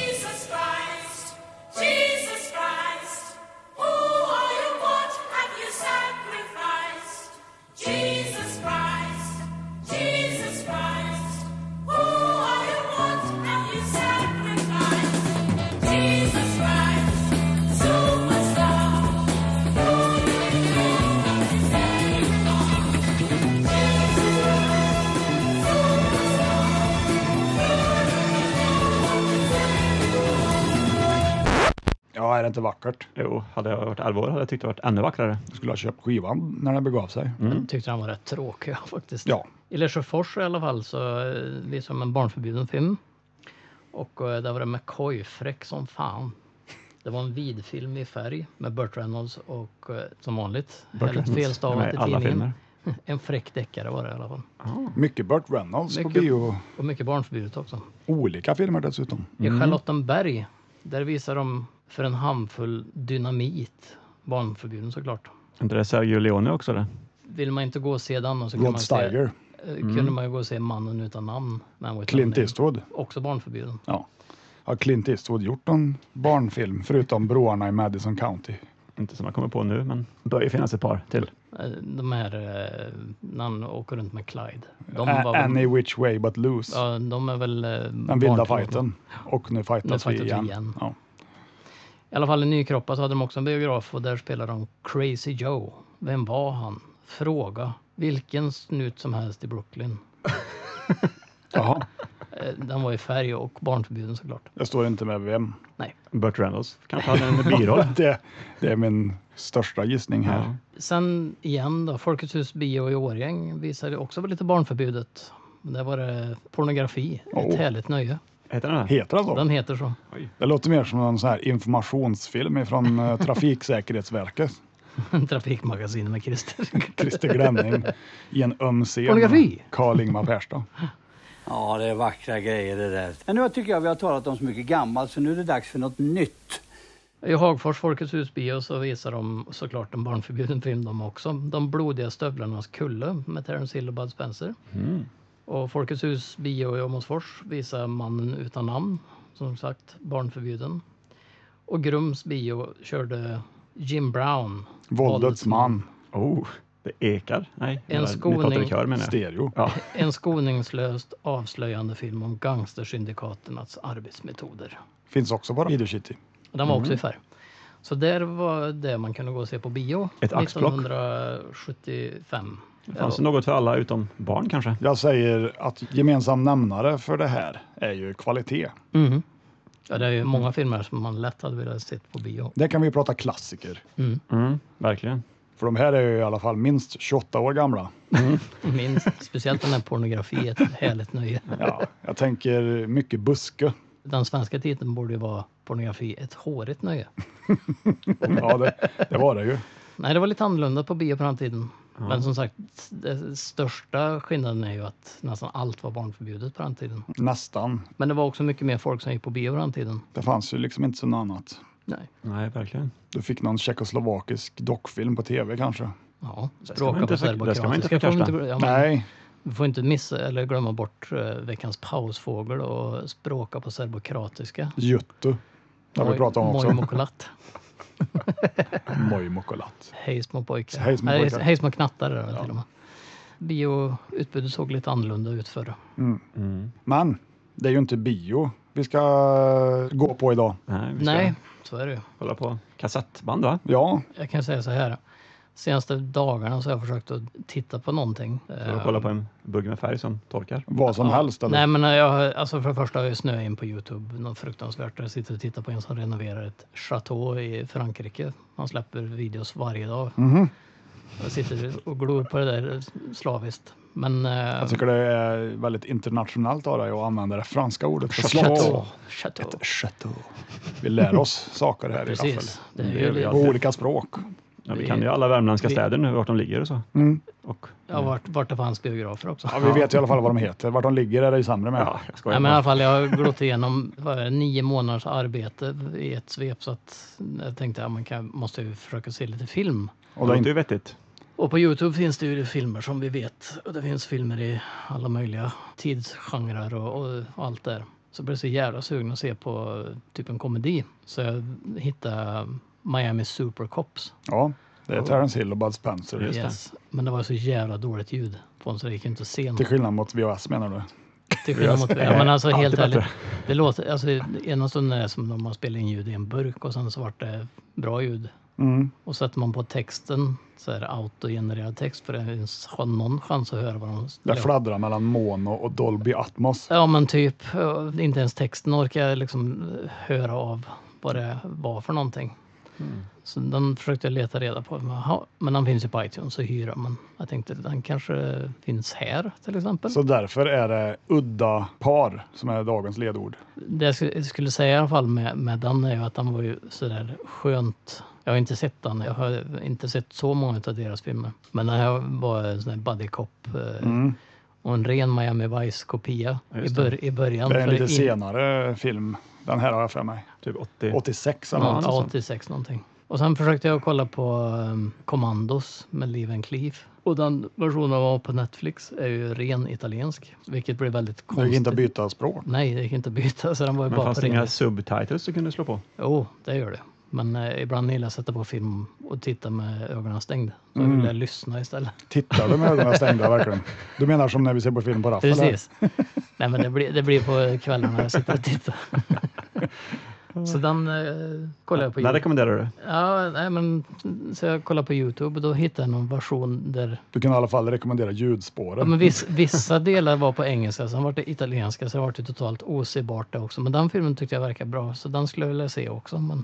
Ja, är det inte vackert? Jo, hade jag varit 11 år hade jag tyckt det varit ännu vackrare. Du skulle ha köpt skivan när den begav sig. Jag tyckte den var rätt tråkig faktiskt. Ja. I Lesjöfors i alla fall så visade de en barnförbjuden film. Och där var det McCoy, fräck som fan. Det var en vidfilm i färg med Burt Reynolds och som vanligt. Helt felstavat i tidningen. En fräck deckare var det i alla fall. Mycket Burt Reynolds på bio. Och mycket barnförbjudet också. Olika filmer dessutom. I Charlottenberg, där visar de för en handfull dynamit. Barnförbjuden såklart. Inte det Sergio Leone också det? Vill man inte gå och se den så Rod Steiger. Kunde man ju gå och se Mannen utan namn. Clint Eastwood. Också barnförbjuden. Ja. Har Clint Eastwood gjort en barnfilm förutom Broarna i Madison County? Inte som jag kommer på nu, men det bör ju finnas ett par till. De här, när han åker runt med Clyde. Any which way but loose. Ja, de är väl den vilda fighten. Och nu fightas vi igen. Ja. I alla fall i Nykroppa så hade de också en biograf och där spelade de Crazy Joe. Vem var han? Fråga. Vilken snut som helst i Brooklyn. Jaha. Den var i färg och barnförbjuden såklart. Jag står inte med vem. Nej. Burt Reynolds kanske hade en biroll. det är min största gissning här. Ja. Sen igen då, Folkets hus bio i Årjäng visade också lite barnförbjudet. Där var det pornografi. Ett härligt nöje. Heter den? Heter den så? Den heter så. Oj. Det låter mer som en sån här informationsfilm från Trafiksäkerhetsverket. Trafikmagasin med Christer Gränning i en scen. Pornografi! Karl-Ingmar Persson. Ja, det är vackra grejer det där. Men nu tycker jag vi har talat om så mycket gammalt så nu är det dags för något nytt. I Hagfors Folkets hus bio så visar de såklart en barnförbjuden film de också. De blodiga stövlarnas kulle med Terence Hill och Bud Spencer. Och Folkets hus bio i Åmotfors visar Mannen utan namn. Som sagt, barnförbjuden. Och Grums bio körde Jim Brown. Våldets man. Oh, det ekar. Nej, stereo. Ja. En skoningslöst avslöjande film om gangstersyndikaternas arbetsmetoder. Finns också på Video City. Den var också i färg. Så där var det man kunde gå och se på bio. Ett axplock. 1975. Det fanns något för alla utom barn kanske. Jag säger att gemensam nämnare för det här är ju kvalitet. Ja, det är ju många filmer som man lätt hade velat se på bio. Det kan vi prata klassiker. Verkligen. För de här är ju i alla fall minst 28 år gamla. Minst, speciellt den här pornografi, ett härligt nöje. Ja, jag tänker mycket buske. Den svenska titeln borde ju vara pornografi, ett hårigt nöje. Ja, det var det ju. Nej, det var lite annorlunda på bio på den tiden. Men som sagt, det största skillnaden är ju att nästan allt var barnförbjudet på den tiden. Nästan. Men det var också mycket mer folk som gick på bio på den tiden. Det fanns ju liksom inte så något annat. Nej, verkligen. Du fick någon tjeckoslovakisk dockfilm på tv kanske. Ja, språka på serbokroatiska. Nej. Vi får inte missa eller glömma bort veckans pausfågel och språka på serbokroatiska. Juttu. Det har vi pratat om också. Mojmokolat. Mojmokolat. Hej små pojkar. Hej små knattar är det till och med. Bioutbudet såg lite annorlunda ut förr. Men det är ju inte bio vi ska gå på idag. Nej, så är det ju. Kolla på kassettband, va? Ja. Jag kan säga så här. Senaste dagarna så har jag försökt att titta på någonting. För att kolla på en burk med färg som torkar. Vad som helst eller? Nej, men alltså för det första har jag snöat in på YouTube. Något fruktansvärt. Jag sitter och tittar på en som renoverar ett chateau i Frankrike. Han släpper videos varje dag. Jag sitter och glor på det där slaviskt. Men, jag tycker det är väldigt internationellt av dig att använda det franska ordet för chateau. Ett chateau. Vi lär oss saker här i Precis. Raffel. På olika språk. Ja, vi kan ju alla värmländska städer nu, vart de ligger och så. Och, vart det fanns biografer också. Ja, vi vet i alla fall vad de heter. Vart de ligger är det ju sämre med. Ja, men i alla fall, jag har gått igenom 9 månaders arbete i ett svep, så att jag tänkte att måste ju försöka se lite film. Och det är inte vettigt. Och på YouTube finns det ju filmer som vi vet. Och det finns filmer i alla möjliga tidsgenrer och allt där. Så jag blev så jävla sugen att se på typ en komedi. Så jag hittade Miami Super Cops. Ja, det är Terence Hill och Bud Spencer. Yes. Men det var så jävla dåligt ljud på en, så det gick inte att se. Till skillnad mot VHS menar du? Till skillnad mot VHS. Ja, men alltså helt ärligt. Det låter, alltså ena stunden är det som om man spelar in ljud i en burk och sen så vart det bra ljud. Och sätter man på texten så är det autogenererad text, för det har någon chans att höra vad de det fladdrar mellan mono och Dolby Atmos. Ja, men typ inte ens texten orkar jag liksom höra av vad det var för någonting. Så den försökte jag leta reda på. Men den finns ju på iTunes och hyra. Men jag tänkte den kanske finns här till exempel. Så därför är det udda par som är dagens ledord. Det jag skulle säga i alla fall med den är ju att den var ju sådär skönt. Jag har inte sett den. Jag har inte sett så många av deras filmer. Men den här var en sån här buddy cop. Och en ren Miami Vice-kopia i början. Det är en lite senare film. Den här har jag för mig. Typ 86 eller något. Ja, 86 någonting. Och sen försökte jag kolla på Commandos med Liv and Cleef. Och den versionen var på Netflix är ju ren italiensk. Vilket blir väldigt konstigt. Det gick inte att byta språk. Nej, det gick inte att byta. Så den var ju men bara fanns det inga subtitles du kunde slå på? Jo, det gör det. Men ibland gillar jag sätta på film och titta med ögonen stängda. Så vill jag lyssna istället. Tittar du med ögonen stängda verkligen? Du menar som när vi ser på film på Raffel? Precis. Nej, men det blir på kvällarna när jag sitter och tittar. Så den kollar jag på YouTube. Vad rekommenderar du? Ja, nej, men så jag kollar på YouTube och då hittar jag någon version där... Du kan i alla fall rekommendera ljudspåret. Ja, men vissa delar var på engelska, sen var det italienska, så var det totalt osebart det också. Men den filmen tyckte jag verkar bra, så den skulle jag vilja se också. Men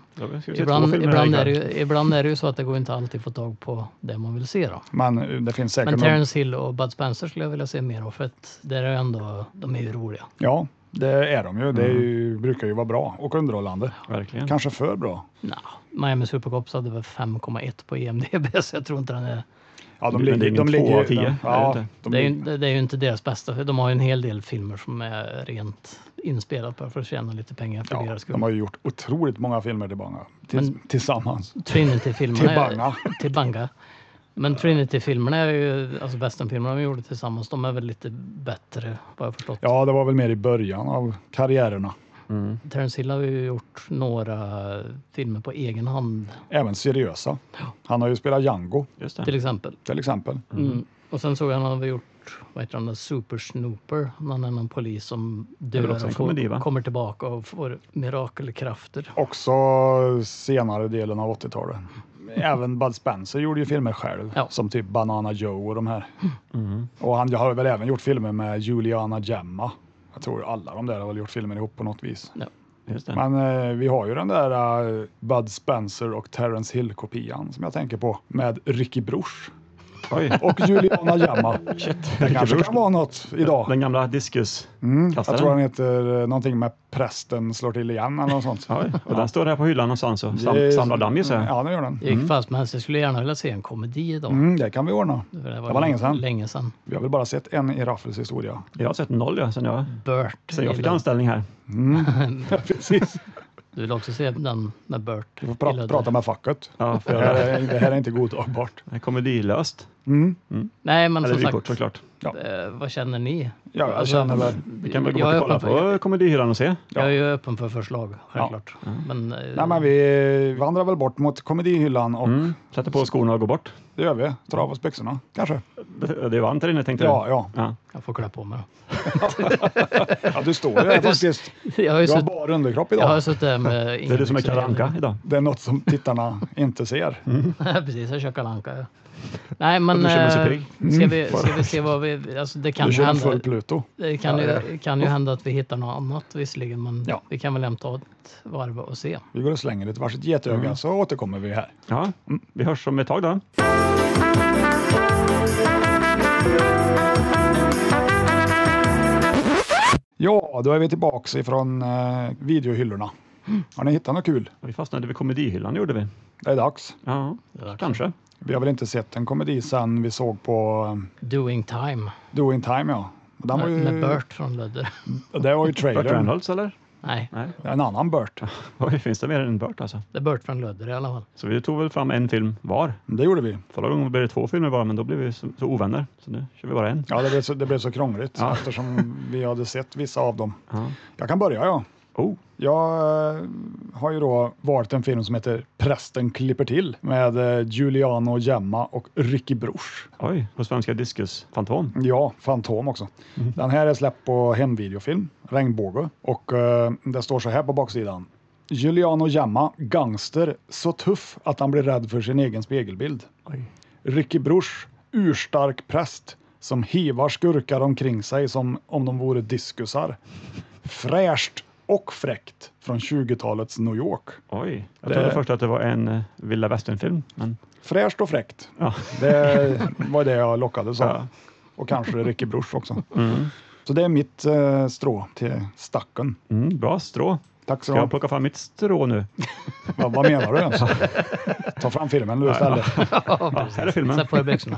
ibland är det ju så att det går inte alltid att få tag på det man vill se då. Men det finns säkert... Men Terence Hill och Bud Spencer skulle jag vilja se mer av, för att där är ändå, de är ju roliga. Ja. Det är de ju. Det är ju, brukar ju vara bra och underhållande. Verkligen. Kanske för bra. Miami Super Cops hade väl 5,1 på IMDb, så jag tror inte den är... Ja, de ligger 10. Ja, det är ju inte deras bästa. För de har ju en hel del filmer som är rent inspelat för att tjäna lite pengar för deras skull. De har ju gjort otroligt många filmer tillsammans. Trinity-filmerna till Banga. Men Trinity-filmerna är ju, alltså westernfilmerna de gjorde tillsammans, de är väl lite bättre, vad jag förstått. Ja, det var väl mer i början av karriärerna. Terence Hill har ju gjort några filmer på egen hand. Även seriösa. Han har ju spelat Django. Just det. Till exempel. Och sen såg han hade gjort, vad heter han, Super Snooper. Han är någon polis som dör och kommer tillbaka och får mirakelkrafter. Också senare delen av 80-talet. Även Bud Spencer gjorde ju filmer själv. Som typ Banana Joe och de här. Och han har väl även gjort filmer med Juliana Gemma. Jag tror alla de där har väl gjort filmer ihop på något vis. Ja, just det. Men vi har ju den där Bud Spencer och Terence Hill-kopian som jag tänker på. Med Ricky Bruch. Och Juliana Gemma. Det kanske kan vara något idag. Den gamla diskus. Jag tror han heter någonting med Prästen slår till igen eller något sånt. Och den står här på hyllan någonstans och samlar damm ju så. Ja, det gör den. Gick fast, men jag skulle gärna vilja se en komedi idag. Det kan vi ordna. Det var länge sedan. Vi har väl bara sett en i Raffels historia. Jag har sett 0 sen jag fick anställning här. Precis. Du vill också se den med Burt. Du får prata med facket. Ja, det här är inte godtagbart. Det är komedilöst. Nej, men eller som sagt, såklart. Ja. Vad känner ni? Ja, jag känner väl. Vi kan väl gå bort och kolla på komedihyllan och se. Jag är ju öppen för förslag, självklart. Ja. Men vi vandrar väl bort mot komedihyllan och sätter på skorna och går bort. Det gör vi. Dra av oss byxorna, kanske. Det är varmt där inne, tänkte ja. Jag får klä på mig då. Ja, du står ju faktiskt. Du har bara underkropp idag. Jag har suttit där med det är du som är Kalle Anka idag. Det är något som tittarna inte ser. Precis, jag kör Kalle Anka. Ja. Nej, men ska vi se vad vi... Alltså det kan ju hända. Pluto. Det kan ju hända att vi hittar något annat visserligen, men vi kan väl ta ett varv och se. Vi går och slänger ett varsitt getöga så återkommer vi här. Ja, vi hörs om ett tag då. Ja, då är vi tillbaka ifrån videohyllorna. Har ni hittat något kul? Vi fastnade vid komedihyllan, gjorde vi. Det är dags. Ja, kanske. Vi har väl inte sett en komedi sen vi såg på... Doing Time. Doing Time, ja. Den var ju... Med Burt från Lödder. Det var ju trailern. Burt Reynolds, eller? Nej. En annan Burt. Finns det mer än Burt alltså? Det är Burt från Lödder i alla fall. Så vi tog väl fram en film var. Det gjorde vi. Förra gången blev det 2 filmer var, men då blev vi så ovänner. Så nu kör vi bara en. Ja, det blev så krångligt eftersom vi hade sett vissa av dem. Ja. Jag kan börja, Jag har ju då valt en film som heter Prästen klipper till med Giuliano Gemma och Ricky Bruch. Oj, på svenska Discus Fantom. Ja, Fantom också. Den här är släppt på hemvideofilm, Regnbåge. Och det står så här på baksidan. Giuliano Gemma, gangster, så tuff att han blir rädd för sin egen spegelbild. Oj. Ricky Bruch, urstark präst som hivar skurkar omkring sig som om de vore diskusar. Fräscht och fräckt från 20-talets New York. Oj, jag trodde först att det var en vilda västernfilm. Men... Fräscht och fräckt. Ja. Det var det jag lockades av. Ja. Och kanske Ricky Bruch också. Så det är mitt strå till stacken. Bra strå. Tack så. Ska jag plocka fram mitt strå nu? Vad menar du ens? Ta fram filmen nu istället. Här är filmen. Sätt på dig byxorna.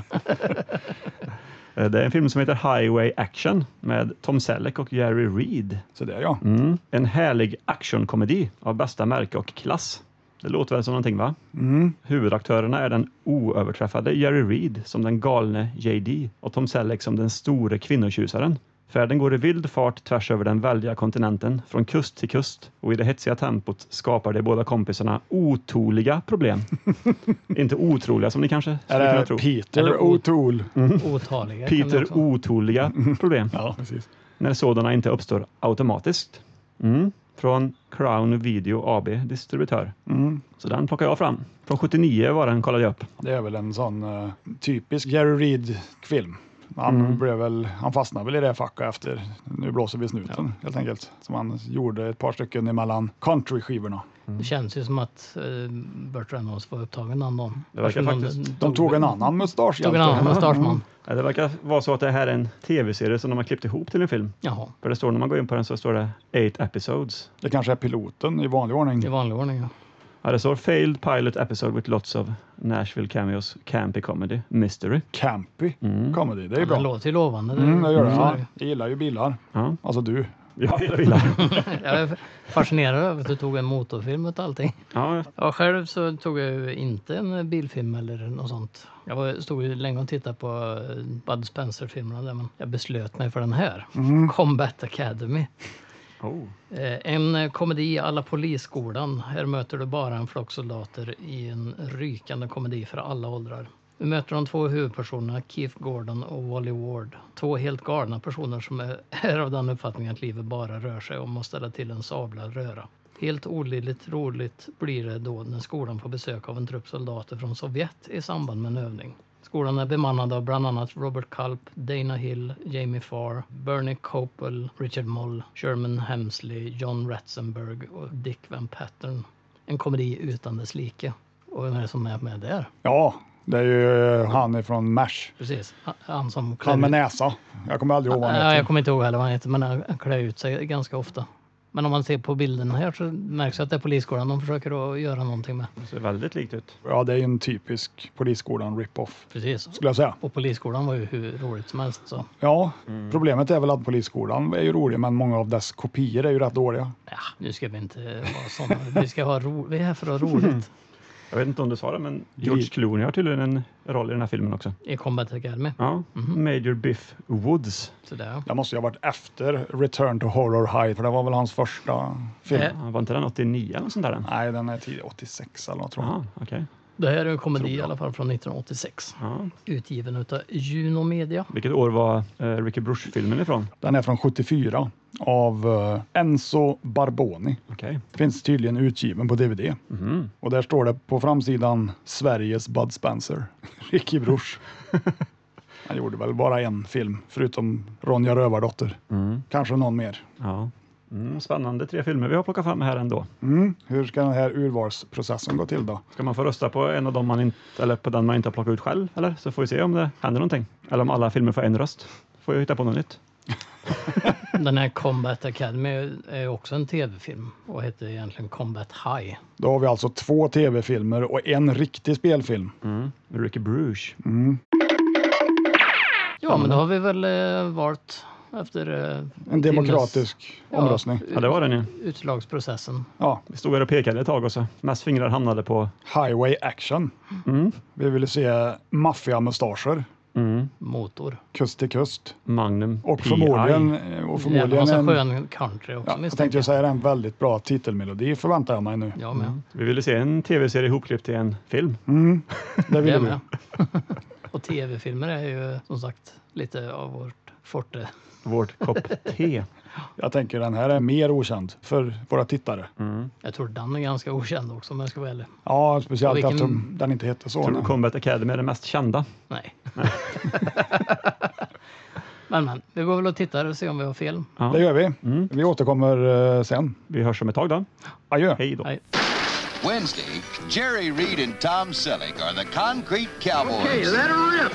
Det är en film som heter Highway Action med Tom Selleck och Jerry Reed. Så det är jag. En härlig actionkomedi av bästa märke och klass. Det låter väl som någonting, va? Huvudaktörerna är den oöverträffade Jerry Reed som den galne JD och Tom Selleck som den store kvinnotjusaren. Färden går i vild fart tvärs över den väldiga kontinenten från kust till kust och i det hetsiga tempot skapar de båda kompisarna otoliga problem. Inte otroliga som ni kanske skulle kunna tro. Peter O'Toole. Otaliga. Peter otoliga problem. Ja, precis. När sådana inte uppstår automatiskt. Från Crown Video AB, distributör. Så den plockar jag fram. Från 79 var den, kollade jag upp. Det är väl en sån typisk Jerry Reed-film. Han fastnade väl i det facket efter Nu blåser vi snuten, helt enkelt. Som han gjorde ett par stycken emellan country-skivorna. Det känns ju som att Burt Reynolds var upptagen någon gång. Det verkar faktiskt... De tog en annan mustasch. Det verkar vara så att det här är en tv-serie som de har klippt ihop till en film. Jaha. För det står, när man går in på den så står det 8 episodes. Det kanske är piloten i vanlig ordning. I vanlig ordning, ja. Ja, det står failed pilot episode with lots of Nashville cameos, campy comedy, mystery. Campy comedy, det är bra. Det låter ju lovande. Det gör det. Ja. Jag gillar ju bilar. Ja. Alltså du. Jag gillar bilar. Jag är fascinerad över att du tog en motorfilm och allting. Ja. Själv så tog jag ju inte en bilfilm eller något sånt. Jag stod ju länge och tittade på Bud Spencer-filmerna där, men jag beslöt mig för den här. Combat Academy. En komedi alla polisskolan. Här möter du bara en flock soldater i en rykande komedi för alla åldrar. Vi möter de 2 huvudpersonerna, Keith Gordon och Wally Ward. 2 helt galna personer som är av den uppfattningen att livet bara rör sig om att ställa till en sablad röra. Helt olidligt roligt blir det då när skolan får besök av en trupp soldater från Sovjet i samband med en övning. Skolan är bemannad av bland annat Robert Culp, Dana Hill, Jamie Farr, Bernie Kopel, Richard Moll, Sherman Hemsley, John Ratzenberg och Dick Van Pattern. En komedi utan dess like. Och vem är det som är med där? Ja, det är ju han ifrån MASH. Precis. Han med näsa. Jag kommer aldrig ihåg vad han heter. Jag kommer inte ihåg heller vad han heter, men han klär ut sig ganska ofta. Men om man ser på bilden här så märks att det är polisskolan de försöker att göra någonting med. Det ser väldigt likt ut. Ja, det är ju en typisk polisskolan rip-off. Precis. Skulle jag säga. Och polisskolan var ju hur roligt som helst. Så. Ja, problemet är väl att polisskolan är ju rolig, men många av dess kopior är ju rätt dåliga. Ja, nu ska vi inte vara sådana. Vi är här för att ha roligt. Jag vet inte om du sa det, men George Clooney har tydligen en roll i den här filmen också. I Combat Academy. Ja, Major Biff Woods. Så där. Det måste ju ha varit efter Return to Horror High, för det var väl hans första film. Var inte den 89 eller sånt där? Nej, den är tidig 86 eller något, tror jag. Okej. Det här är en komedi i alla fall från 1986. Ja. Utgiven utav Juno Media. Vilket år var Ricky Bruch-filmen ifrån? Den är från 74 av Enzo Barboni. Okej. Finns tydligen utgiven på DVD. Och där står det på framsidan Sveriges Bud Spencer. Ricky Bruch. Han gjorde väl bara en film, förutom Ronja Rövardotter. Kanske någon mer. Ja. Spännande 3 filmer vi har plockat fram här ändå. Hur ska den här urvalsprocessen gå till då? Ska man få rösta på en av dem man inte, eller på den man inte har plockat ut själv? Eller så får vi se om det händer någonting. Eller om alla filmer får en röst. Får jag hitta på något nytt. Den här Combat Academy är också en tv-film och heter egentligen Combat High. Då har vi alltså 2 tv-filmer och en riktig spelfilm. Ricky Bruch. Ja, men då har vi väl valt efter En demokratisk omröstning. Ja, det var den ju. Utslagsprocessen. Ja, Vi stod här och pekade ett tag och så mest fingrar hamnade på... Highway Action. Vi ville se maffiamustascher. Motor. Kust till kust. Magnum Och P.I. förmodligen En massa skön country också. Ja, jag tänkte säga det är en väldigt bra titelmelodi, förväntar jag mig nu. Jag med. Vi ville se en tv-serie ihopklippt till en film. Det vill Jag vi. med. Och tv-filmer är ju som sagt lite av vårt forte. Vårt kopp te. Jag tänker den här är mer okänd för våra tittare. Jag tror den är ganska okänd också om jag ska vara ärlig. Ja, speciellt Vilken- eftersom den inte heter så. Tror du Combat Academy är den mest kända? Nej. men, vi går väl och tittar och ser om vi har fel. Ja. Det gör vi. Vi återkommer sen. Vi hörs om ett tag då. Adjö. Hej då. Nej. Wednesday, Jerry Reed and Tom Selleck are the Concrete Cowboys. Hey, let her rip.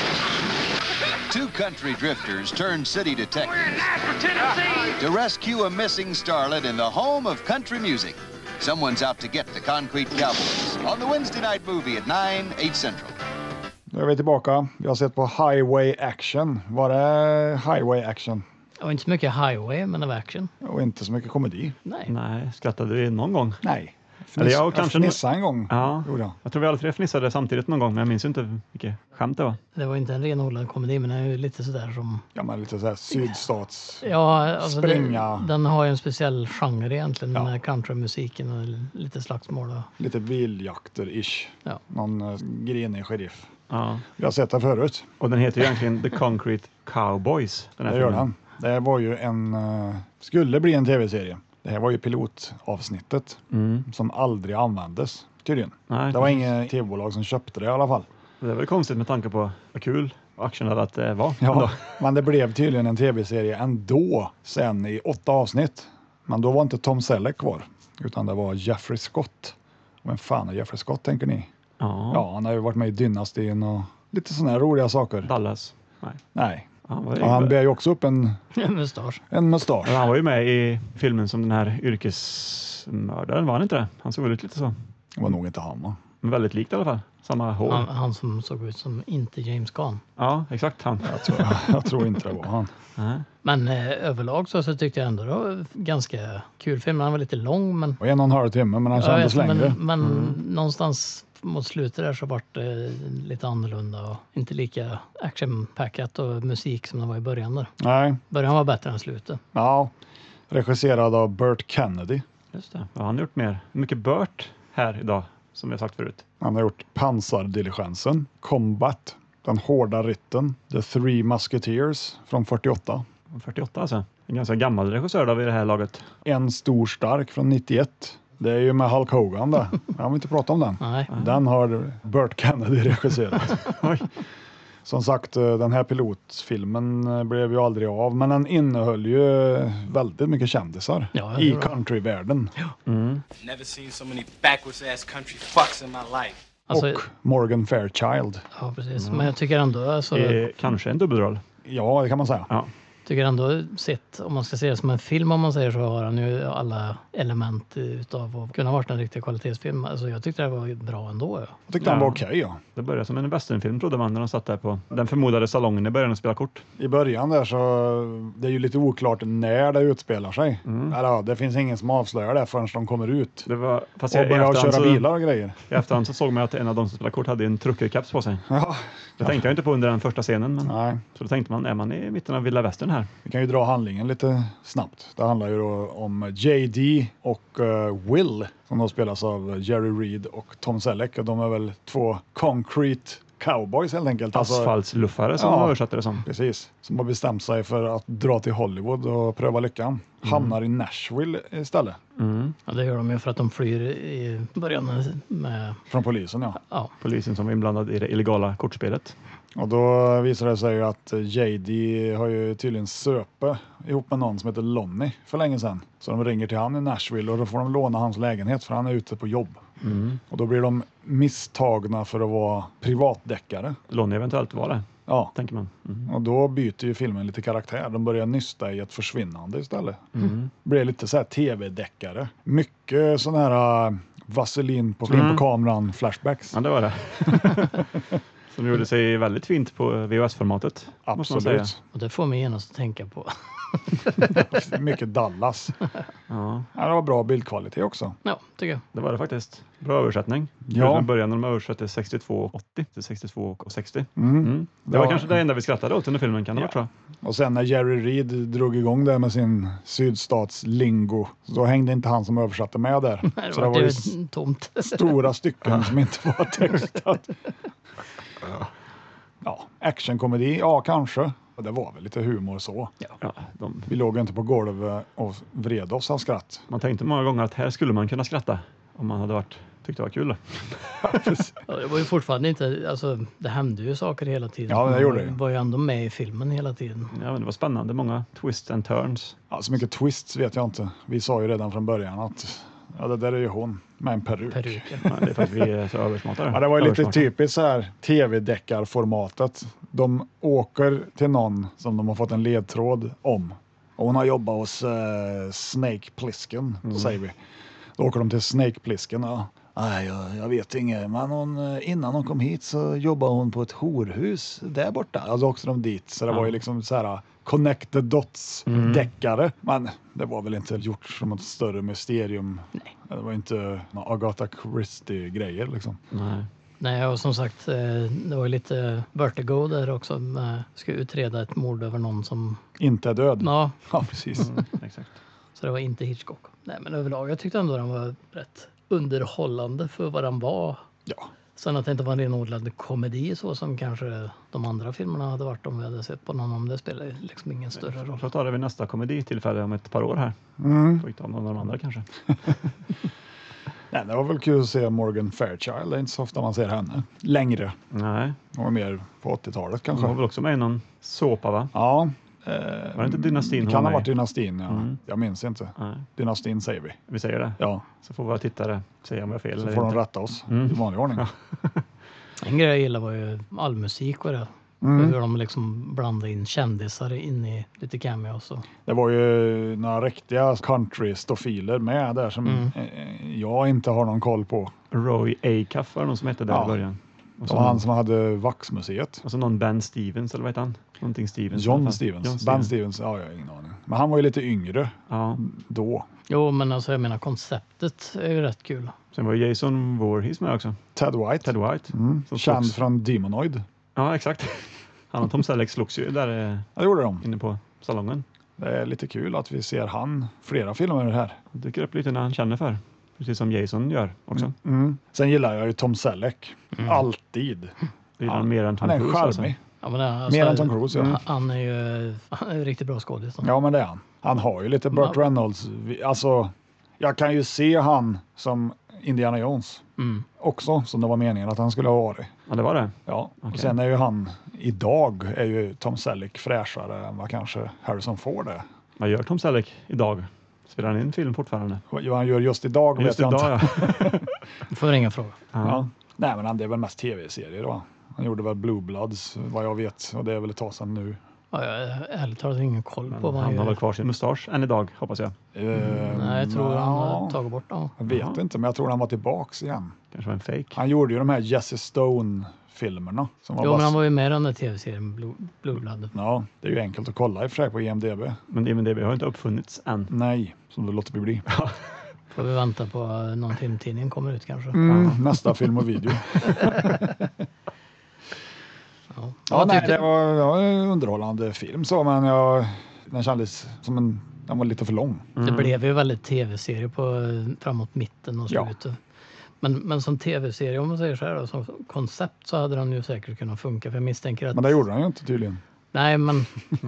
2 country drifters turned city detectives We're in Nashville, Tennessee. to rescue a missing starlet in the home of country music. Someone's out to get the Concrete Cowboys on the Wednesday night movie at 9, 8 Central. Nu är vi tillbaka. Vi har sett på Highway Action. Var det Highway Action? Det var inte så mycket highway, men av action. Och inte så mycket komedi. Nej. Nej, skrattade vi någon gång? Nej. Eller jag kanske- fnissade en gång. Ja. Gjorde jag. Jag tror vi alla 3 fnissade samtidigt någon gång, men jag minns inte vilket skämt det var. Det var inte en renodlad komedi, men den är ju lite sådär som... Ja, men lite så här sydstats... Ja, alltså Springa. den har ju en speciell genre egentligen, Ja. den här countrymusiken och lite slagsmål. Och, Lite biljakter-ish. ja. Någon grinig sheriff. Ja. Vi har sett det förut. Och den heter ju egentligen The Concrete Cowboys. Den här Det gör filmen. den. Det var ju en... skulle bli en tv-serie. Det här var ju pilotavsnittet som aldrig användes tydligen. Nej, Det var inget tv-bolag som köpte det i alla fall. Det är väl konstigt med tanke på vad kul och actionat det var. Ja, men det blev tydligen en tv-serie ändå sen i 8 avsnitt. Men då var inte Tom Selleck kvar, utan det var Jeffrey Scott. Och vem fan är Jeffrey Scott, tänker ni? Ja. Ja, han har ju varit med i Dynastin och lite sådana här roliga saker. Dallas. Nej. Nej. Han var, Ja, han bär ju också upp en mustasch. mustasch. han var ju med i filmen som den här yrkesmördaren, var han inte det? Han såg väl ut lite så. Det var nog inte han, va? Men väldigt likt i alla fall. Samma hår. Han som såg ut som inte James Gunn. Ja, exakt han. Jag tror inte det var han. Nej. Men överlag så tyckte jag ändå det var ganska kul film. Han var lite lång, men... Och 1,5 timme, men han Jag kändes vet, längre. men någonstans mot slutet där så vart det lite annorlunda och inte lika actionpackat och musik som det var i början där. Nej, Början var bättre än slutet. ja. Regisserad av Burt Kennedy. Just det. Ja, han har gjort mer. Mycket Burt här idag, som jag sagt förut. Han har gjort Pansardiligensen, Combat, Den hårda rytten, The Three Musketeers från 48. 48 alltså. En ganska gammal regissör då vid det här laget. En stor stark från 91. Det är ju med Hulk Hogan det. Jag har inte pratat om den. Nej. Den har Burt Kennedy regisserat. Oj. Som sagt, den här pilotfilmen blev ju aldrig av, men den innehöll ju väldigt mycket kändisar Ja, det i var- countryvärlden. Never seen so many backwards ass country fucks in my life. Alltså, Och Morgan Fairchild. ja, precis. Men jag tycker ändå alltså, Kanske en dubbelroll. Ja, det kan man säga. Ja. tycker ändå sett, om man ska se det som en film om man säger så, har han ju alla element utav att kunna vara en riktig kvalitetsfilm. Alltså jag tyckte det var bra ändå. Ja. Jag tyckte han var okej, ja. Det började som en westernfilm trodde man när de satt där på den förmodade salongen i början och spela kort. I början där så det är ju lite oklart när det utspelar sig. Eller ja, det finns ingen som avslöjar det förrän de kommer ut. Det var, fast och börjar köra bilar och grejer. I efterhand så såg man att en av de som spelade kort hade en truckercaps på sig. Ja. Det tänkte jag inte på under den första scenen. Men Nej. så då tänkte man, är man i mitten av vilda västern här? Vi kan ju dra handlingen lite snabbt. Det handlar ju då om JD och Will som då spelas av Jerry Reed och Tom Selleck. Och de är väl två concrete cowboys helt enkelt. Asfaltsluffare som man översatte det som. Precis. Som har bestämt sig för att dra till Hollywood och pröva lyckan. Hamnar i Nashville istället. Ja, det gör de ju för att de flyr i början med... Från polisen, ja. Polisen som var inblandad i det illegala kortspelet. Och då visar det sig ju att JD har ju tydligen söpe ihop med någon som heter Lonnie för länge sedan. Så de ringer till han i Nashville och då får de låna hans lägenhet för han är ute på jobb. Och då blir de misstagna för att vara privatdeckare. Lonnie eventuellt var det. Ja. Tänker man. Och då byter ju filmen lite karaktär. De börjar nysta i ett försvinnande istället. Blir lite så här tv-deckare. Mycket sån här vaselin på kameran flashbacks. Ja, det var det. Som gjorde sig väldigt fint på VHS-formatet. Absolut. Och det får mig genast att tänka på. Mycket Dallas. Ja. Ja, det var bra bildkvalitet också. Ja, tycker jag. Det var det faktiskt. Bra översättning. Ja. I början när de översatte 62,80 till 62,60. Det Ja. var kanske det enda vi skrattade åt under filmen, kan det vara, tror jag. Och sen när Jerry Reed drog igång det med sin sydstatslingo, så hängde inte han som översatte med där. Nej, så det var ju tomt. Stora stycken som inte var textat. Ja, actionkomedi, ja kanske. Det var väl lite humor så. Ja, Vi låg inte på golvet och vred oss av skratt. Man tänkte många gånger att här skulle man kunna skratta om man hade tyckte det var kul. Ja, det var ju fortfarande inte, alltså det hände ju saker hela tiden. Ja, det gjorde det. Man var ju ändå med i filmen hela tiden. Ja, men det var spännande. Många twists and turns. Ja, så mycket twists vet jag inte. Vi sa ju redan från början att det där är ju hon med en peruk. Ja, det är för att vi är så översmartade. Ja, det var ju lite typiskt så här tv-deckarformatet. De åker till någon som de har fått en ledtråd om. Och hon har jobbat hos Snake Plissken, säger vi. Då åker de till Snake Plissken. Ja. Nej, jag vet inte. Men innan hon kom hit så jobbade hon på ett horhus där borta. Alltså åkte de dit. Så det var ju liksom så här connect the dots-deckare. Men det var väl inte gjort som ett större mysterium. Nej. Det var inte Agatha Christie-grejer liksom. Nej, och som sagt, det var ju lite vertigo där också. Ska utreda ett mord över någon som... Inte är död. Ja, Precis. Exakt. så det var inte Hitchcock. Nej, men överlag, jag tyckte ändå den var rätt underhållande för vad den var. Ja. Sen att det inte var en renodlad komedi så som kanske de andra filmerna hade varit om vi hade sett på någon, om det spelar liksom ingen större roll. Så tar det vid nästa komeditillfälle om ett par år här. Får vi ta någon av de andra kanske. Nej, det var väl kul att se Morgan Fairchild. Det är inte så ofta man ser henne längre. Nej. Hon var mer på 80-talet kanske. Hon var väl också med i någon såpa, va? Ja. Var det inte Dynastin? Det kan ha varit Dynastin, ja. Jag minns inte. Nej. Dynastin säger vi. Vi säger det? Ja. Så får våra tittare säga om jag har fel. Så eller får inte. de rätta oss i vanlig ordning. En grej jag gillade var ju all musik och det. Hur de liksom blandade in kändisar in i lite cameos. Och. Det var ju några riktiga country-stofiler med där som jag inte har någon koll på. Roy Acuff var någon som hette där i början. Och det var han som hade Vaxmuseet. Och så någon Ben Stevens, eller vad heter han? Någonting Stevens. John Stevens. Ben Stevens, ja, jag har ingen aning. Men han var ju lite yngre då. Jo, men alltså jag menar konceptet är ju rätt kul. Sen var Jason Voorhees med också. Ted White. Känd från Demonoid. Ja, exakt. Han och Tom Selleck slogs ju där det gjorde de. Inne på salongen. Det är lite kul att vi ser han flera filmer här. Det dyker upp lite när han känner för. Precis som Jason gör också. Sen gillar jag ju Tom Selleck. Alltid. Det gillar han mer än Tom Cruise. Han är charmig. Ja, men alltså, mer än Tom Cruise, ja. Han är ju riktigt bra skådis. Ja, men det är han. Han har ju lite Burt Reynolds. Alltså, jag kan ju se han som Indiana Jones. Också, som det var meningen att han skulle ha varit. Ja, det var det? Ja, och sen är ju han, idag är ju Tom Selleck fräschare än vad kanske Harrison Ford är. Vad gör Tom Selleck idag? Spelar han in film fortfarande? Vad han gör just idag just vet idag, jag inte. Du får ringa fråga. Ja. Nej, men det är väl mest tv-serier då. Han gjorde väl Blue Bloods, vad jag vet. Och det är väl ett tag sedan nu. Ja, jag har ärligt talat ingen koll på vad han har väl kvar sin mustasch än idag, hoppas jag. Nej, jag tror han har tagit bort den. Jag vet inte, men jag tror han var tillbaks igen. Kanske var en fake. Han gjorde ju de här Jesse Stone-filmerna. Men han var ju med i den där tv-serien Blue Blood. Ja, det är ju enkelt att kolla i och för sig på IMDb. Men IMDb har inte uppfunnits än. Nej, som det låter bli. Får vi vänta på någon filmtidning kommer ut kanske. Nästa film och video. Det var en underhållande film så, men den kändes som den var lite för lång. Det blev ju väldigt tv-serie på framåt mitten och slutet. Ja. Men som tv-serie, om man säger så här då, som koncept så hade den ju säkert kunnat funka, för jag misstänker att... Men det gjorde den ju inte tydligen. Nej, men...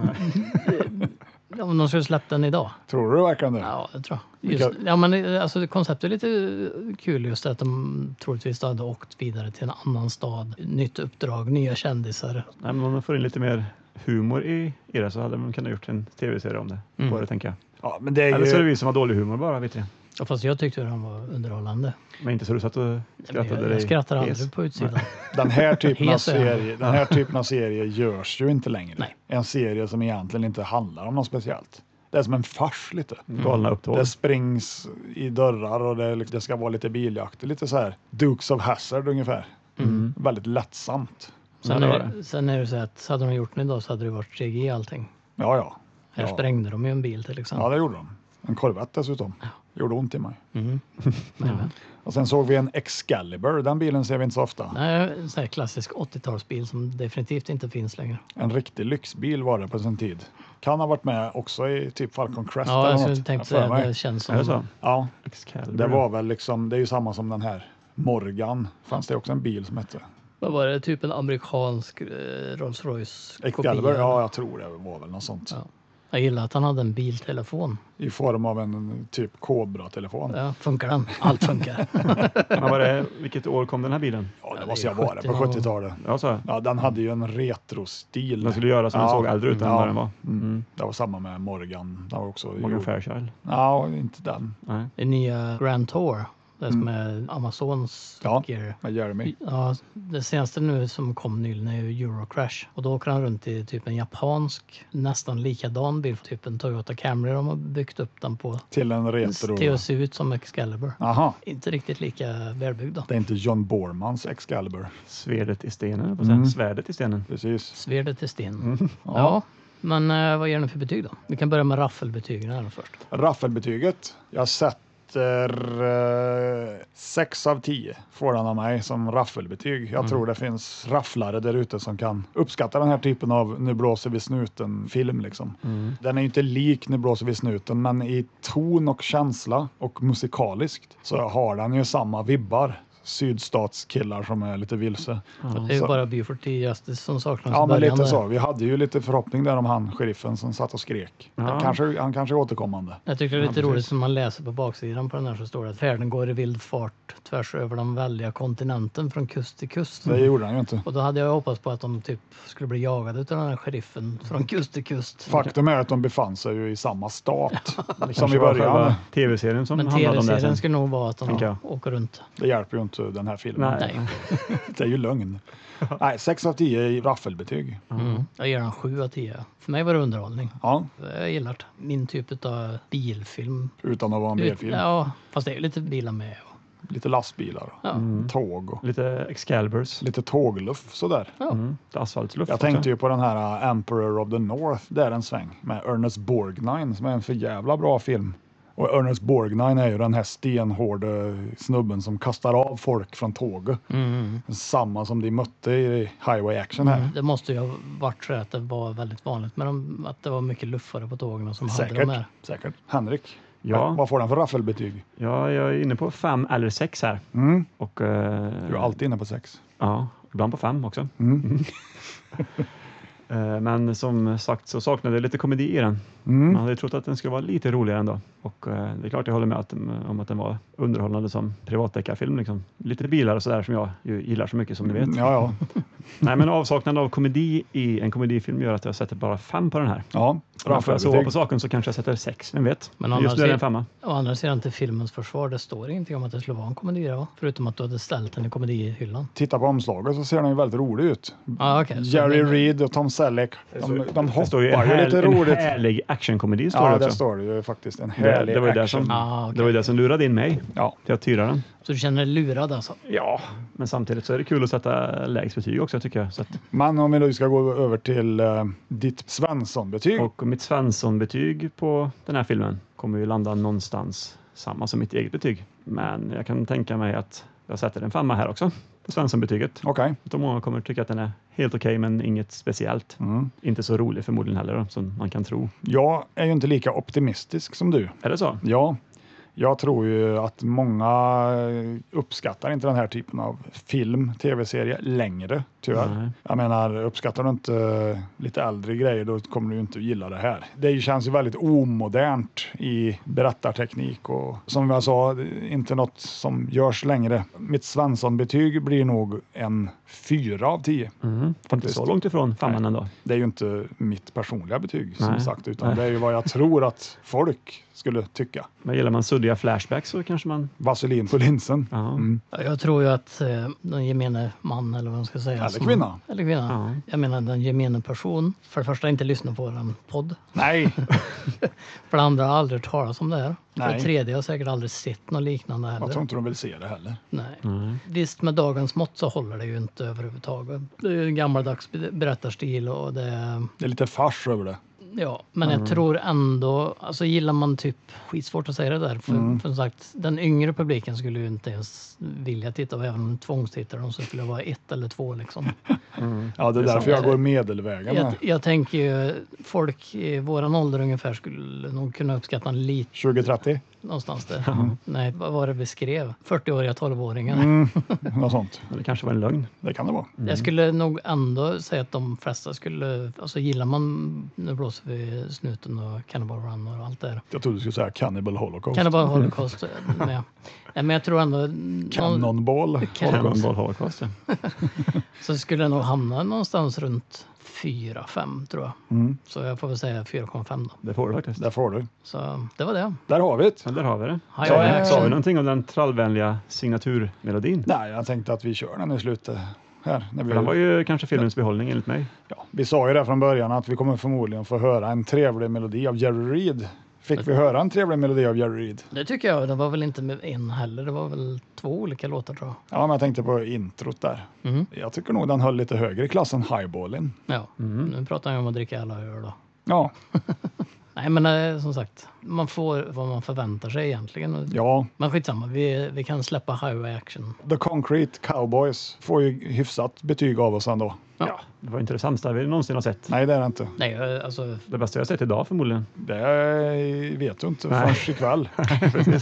Om de skulle släppt den idag. Tror du verkligen det? Ja, det tror jag. Ja, men alltså konceptet är lite kul just att de troligtvis hade åkt vidare till en annan stad. Nytt uppdrag, nya kändisar. Nej, men om man får in lite mer humor i det så hade man kunnat gjort en tv-serie om det. På det, tänker jag. Ja, men det är eller så är det vi som har dålig humor bara, vet du. Ja, fast jag tyckte att han var underhållande. Men inte så du satt och skrattade. Jag skrattar aldrig på utsidan. Den här typen av serie görs ju inte längre. Nej. En serie som egentligen inte handlar om något speciellt. Det är som en fars lite. Galna upptåg. Det springs i dörrar och det ska vara lite biljakt. Lite så här Dukes of Hazzard ungefär. Väldigt lättsamt. Sen är det så att hade de gjort den idag så hade det varit CGI allting. Ja. Här sprängde de ju en bil till exempel. Ja, det gjorde de. En Corvette dessutom. Ja. Gjorde ont i mig. Och sen såg vi en Excalibur. Den bilen ser vi inte så ofta. Nej, en sån här klassisk 80-talsbil som definitivt inte finns längre. En riktig lyxbil var det på sin tid. Kan ha varit med också i typ Falcon Crest. Ja, jag tänkte säga det känns som... Så? Ja, Excalibur. Det var väl liksom, det är ju samma som den här Morgan. Fanns det också en bil som hette? Vad var det? Typ en amerikansk Rolls Royce Excalibur, ja, jag tror det var väl något sånt. Ja. Jag gillar att han hade en biltelefon. I form av en typ Cobra-telefon. Ja, funkar den? Allt funkar. Men vilket år kom den här bilen? Ja, det måste jag vara på 70-talet. Ja, den hade ju en retro-stil. Den skulle göra som den såg äldre ut än vad den var. Det var samma med Morgan. Det var också Morgan Fairchild? Ja, inte den. Nej. Det nya Grand Tour. Det som är Amazons gear. Med Jeremy. Ja, det senaste nu som kom nyligen är ju Eurocrash. Och då åker han runt i typ en japansk, nästan likadan bil. Typ en Toyota Camry. De har byggt upp den på. Till en retro. Till att se ut som Excalibur. Aha. Inte riktigt lika välbyggd då. Det är inte John Bormans Excalibur. Svärdet i stenen. Svärdet i stenen. Precis. Svärdet i stenen. Ja. Men vad ger den för betyg då? Vi kan börja med raffelbetygen här först. Raffelbetyget. Jag sätter 6 av 10 får den av mig som raffelbetyg. Jag tror det finns rafflare där ute som kan uppskatta den här typen av Nu blåser vi snuten film liksom. Den är ju inte lik Nu blåser vi snuten, men i ton och känsla och musikaliskt så har den ju samma vibbar. Sydstatskillar som är lite vilse. Det är ju bara Buford T. Justice som saknas. Ja, men lite så. Vi hade ju lite förhoppning där om han, sheriffen som satt och skrek. Han kanske är återkommande. Jag tycker det är lite roligt som man läser på baksidan på den här så står det att färden går i vild fart tvärs över den väldiga kontinenten från kust till kust. Det gjorde han ju inte. Och då hade jag hoppats på att de typ skulle bli jagade av den här sheriffen från kust till kust. Faktum är att de befann sig ju i samma stat som i början. TV-serien som men TV-serien skulle nog vara att de åker runt. Det hjälper ju inte den här filmen. Nej. Det är ju lögn. Nej, 6 av 10 i raffelbetyg. Jag ger den 7 av 10. För mig var det underhållning. Ja. Jag gillar det. Min typ av bilfilm. Utan att vara en bilfilm. Ja, fast det är ju lite bilar med. Lite lastbilar. Tåg. Och lite Excaliburs. Lite tågluff sådär. Asfaltsluff. Jag tänkte ju på den här Emperor of the North. Där en sväng. Med Ernest Borgnine som är en för jävla bra film. Och Ernest Borgnine är ju den här stenhårda snubben som kastar av folk från tåget. Samma som de mötte i Highway Action här. Det måste ju ha varit så att det var väldigt vanligt med att det var mycket luffare på tågen som hade de här. Säkert. Henrik, ja. Vad får den för raffelbetyg? Ja, jag är inne på 5 eller 6 här. Och, du är alltid inne på 6. Ja, ibland på 5 också. Men som sagt så saknade jag lite komedi i den. Man hade trott att den skulle vara lite roligare ändå. Och det är klart jag håller med om att den var underhållande som privatdeckarfilm. Liksom. Lite bilar och sådär som jag gillar så mycket som ni vet. Ja. Nej, men avsaknad av komedi i en komedifilm gör att jag sätter bara 5 på den här. Ja. För att sova på saken så kanske jag sätter 6, vem vet. Men just nu är det en 5. Å andra sidan till filmens försvar, det står ingenting om att det skulle vara en komedi, va? Förutom att du hade ställt den i komedihyllan. Titta på omslaget så ser den ju väldigt rolig ut. Okay. Jerry Reed och Tom Selleck. De hoppar ju lite roligt. En härlig actionkomedi står det också. Ja, det står det ju faktiskt. En härlig det var action. Det var ju det som lurade in mig till att tyra den. Så du känner dig lurad alltså? Ja, men samtidigt så är det kul att sätta lägsbetyg också tycker jag. Så att... Men om vi då ska gå över till ditt Svensson-betyg. Och mitt Svensson-betyg på den här filmen kommer ju landa någonstans samma som mitt eget betyg. Men jag kan tänka mig att jag sätter en 5 här också på Svensson-betyget. Okej. De många kommer tycka att den är helt okej, men inget speciellt. Inte så rolig förmodligen heller då, som man kan tro. Jag är ju inte lika optimistisk som du. Är det så? Ja. Jag tror ju att många uppskattar inte den här typen av film, tv-serie längre, tyvärr. Nej. Jag menar, uppskattar du inte lite äldre grejer, då kommer du inte gilla det här. Det känns ju väldigt omodernt i berättarteknik och som jag sa, inte något som görs längre. Mitt Svensson-betyg blir nog en 4 av 10. Inte så långt ifrån 5 ändå. Det är ju inte mitt personliga betyg som sagt, utan Nej. det är ju vad jag tror att folk skulle tycka. Men gillar man suddiga flashbacks så kanske man... Vaselin på linsen. Jag tror ju att den gemene man, eller vad man ska säga. Eller kvinna. Eller kvinna. Ja. Jag menar den gemene person. För det första inte lyssna på en podd. Nej. För det andra har aldrig hört talas om det här. Nej. För det tredje har säkert aldrig sett något liknande heller. Jag tror inte de vill se det heller. Nej. Visst, med dagens mått så håller det ju inte överhuvudtaget. Det är ju en gammaldags berättarstil och det är lite fars över det. Ja, men jag tror ändå, alltså gillar man typ, skitsvårt att säga det där, för som sagt, den yngre publiken skulle ju inte ens vilja titta, och även om tvångstittar de så skulle det vara 1 eller 2 liksom. Ja, det är därför jag går medelvägen. Jag tänker ju, folk i våran ålder ungefär skulle nog kunna uppskatta en lite... 20-30? Någonstans där. Nej, vad var det vi skrev? 40-åriga 12-åringar. Något sånt. Det kanske var en lögn. Det kan det vara. Jag skulle nog ändå säga att de flesta skulle, alltså gillar man, nu blåser vi snuten och Cannibal Run och allt det där. Jag trodde du skulle säga Cannibal Holocaust. Cannibal Holocaust med. Nej, men jag tror ändå... Cannonball Holocaust. Så skulle jag nog hamna någonstans runt 4-5 tror jag. Så jag får väl säga 4,5 då. Det får du faktiskt. Det får du. Så det var det. Där har vi det. Ja, där har vi det. Sa vi någonting om den trallvänliga signaturmelodin? Nej, jag tänkte att vi kör den i slutet. Här, när vi... Den var ju kanske filmens behållning enligt mig. Ja, vi sa ju det från början att vi kommer förmodligen få höra en trevlig melodi av Jerry Reed. Fick vi höra en trevlig melodi av Jerry Reed? Det tycker jag. Det var väl inte med en heller. Det var väl 2 olika låtar tror jag. Ja, men jag tänkte på introt där. Jag tycker nog den höll lite högre i klassen Highballing. Ja, nu pratar jag om att dricka alla öl då. Ja. Nej, men som sagt, man får vad man förväntar sig egentligen. Ja. Men skitsamma, vi kan släppa Highway Action. The Concrete Cowboys får ju hyfsat betyg av oss ändå. Ja, det var inte det sämsta vi någonsin har sett. Nej, det är det inte. Nej, alltså... Det bästa jag har sett idag förmodligen. Det vet du inte förrän ikväll. Precis.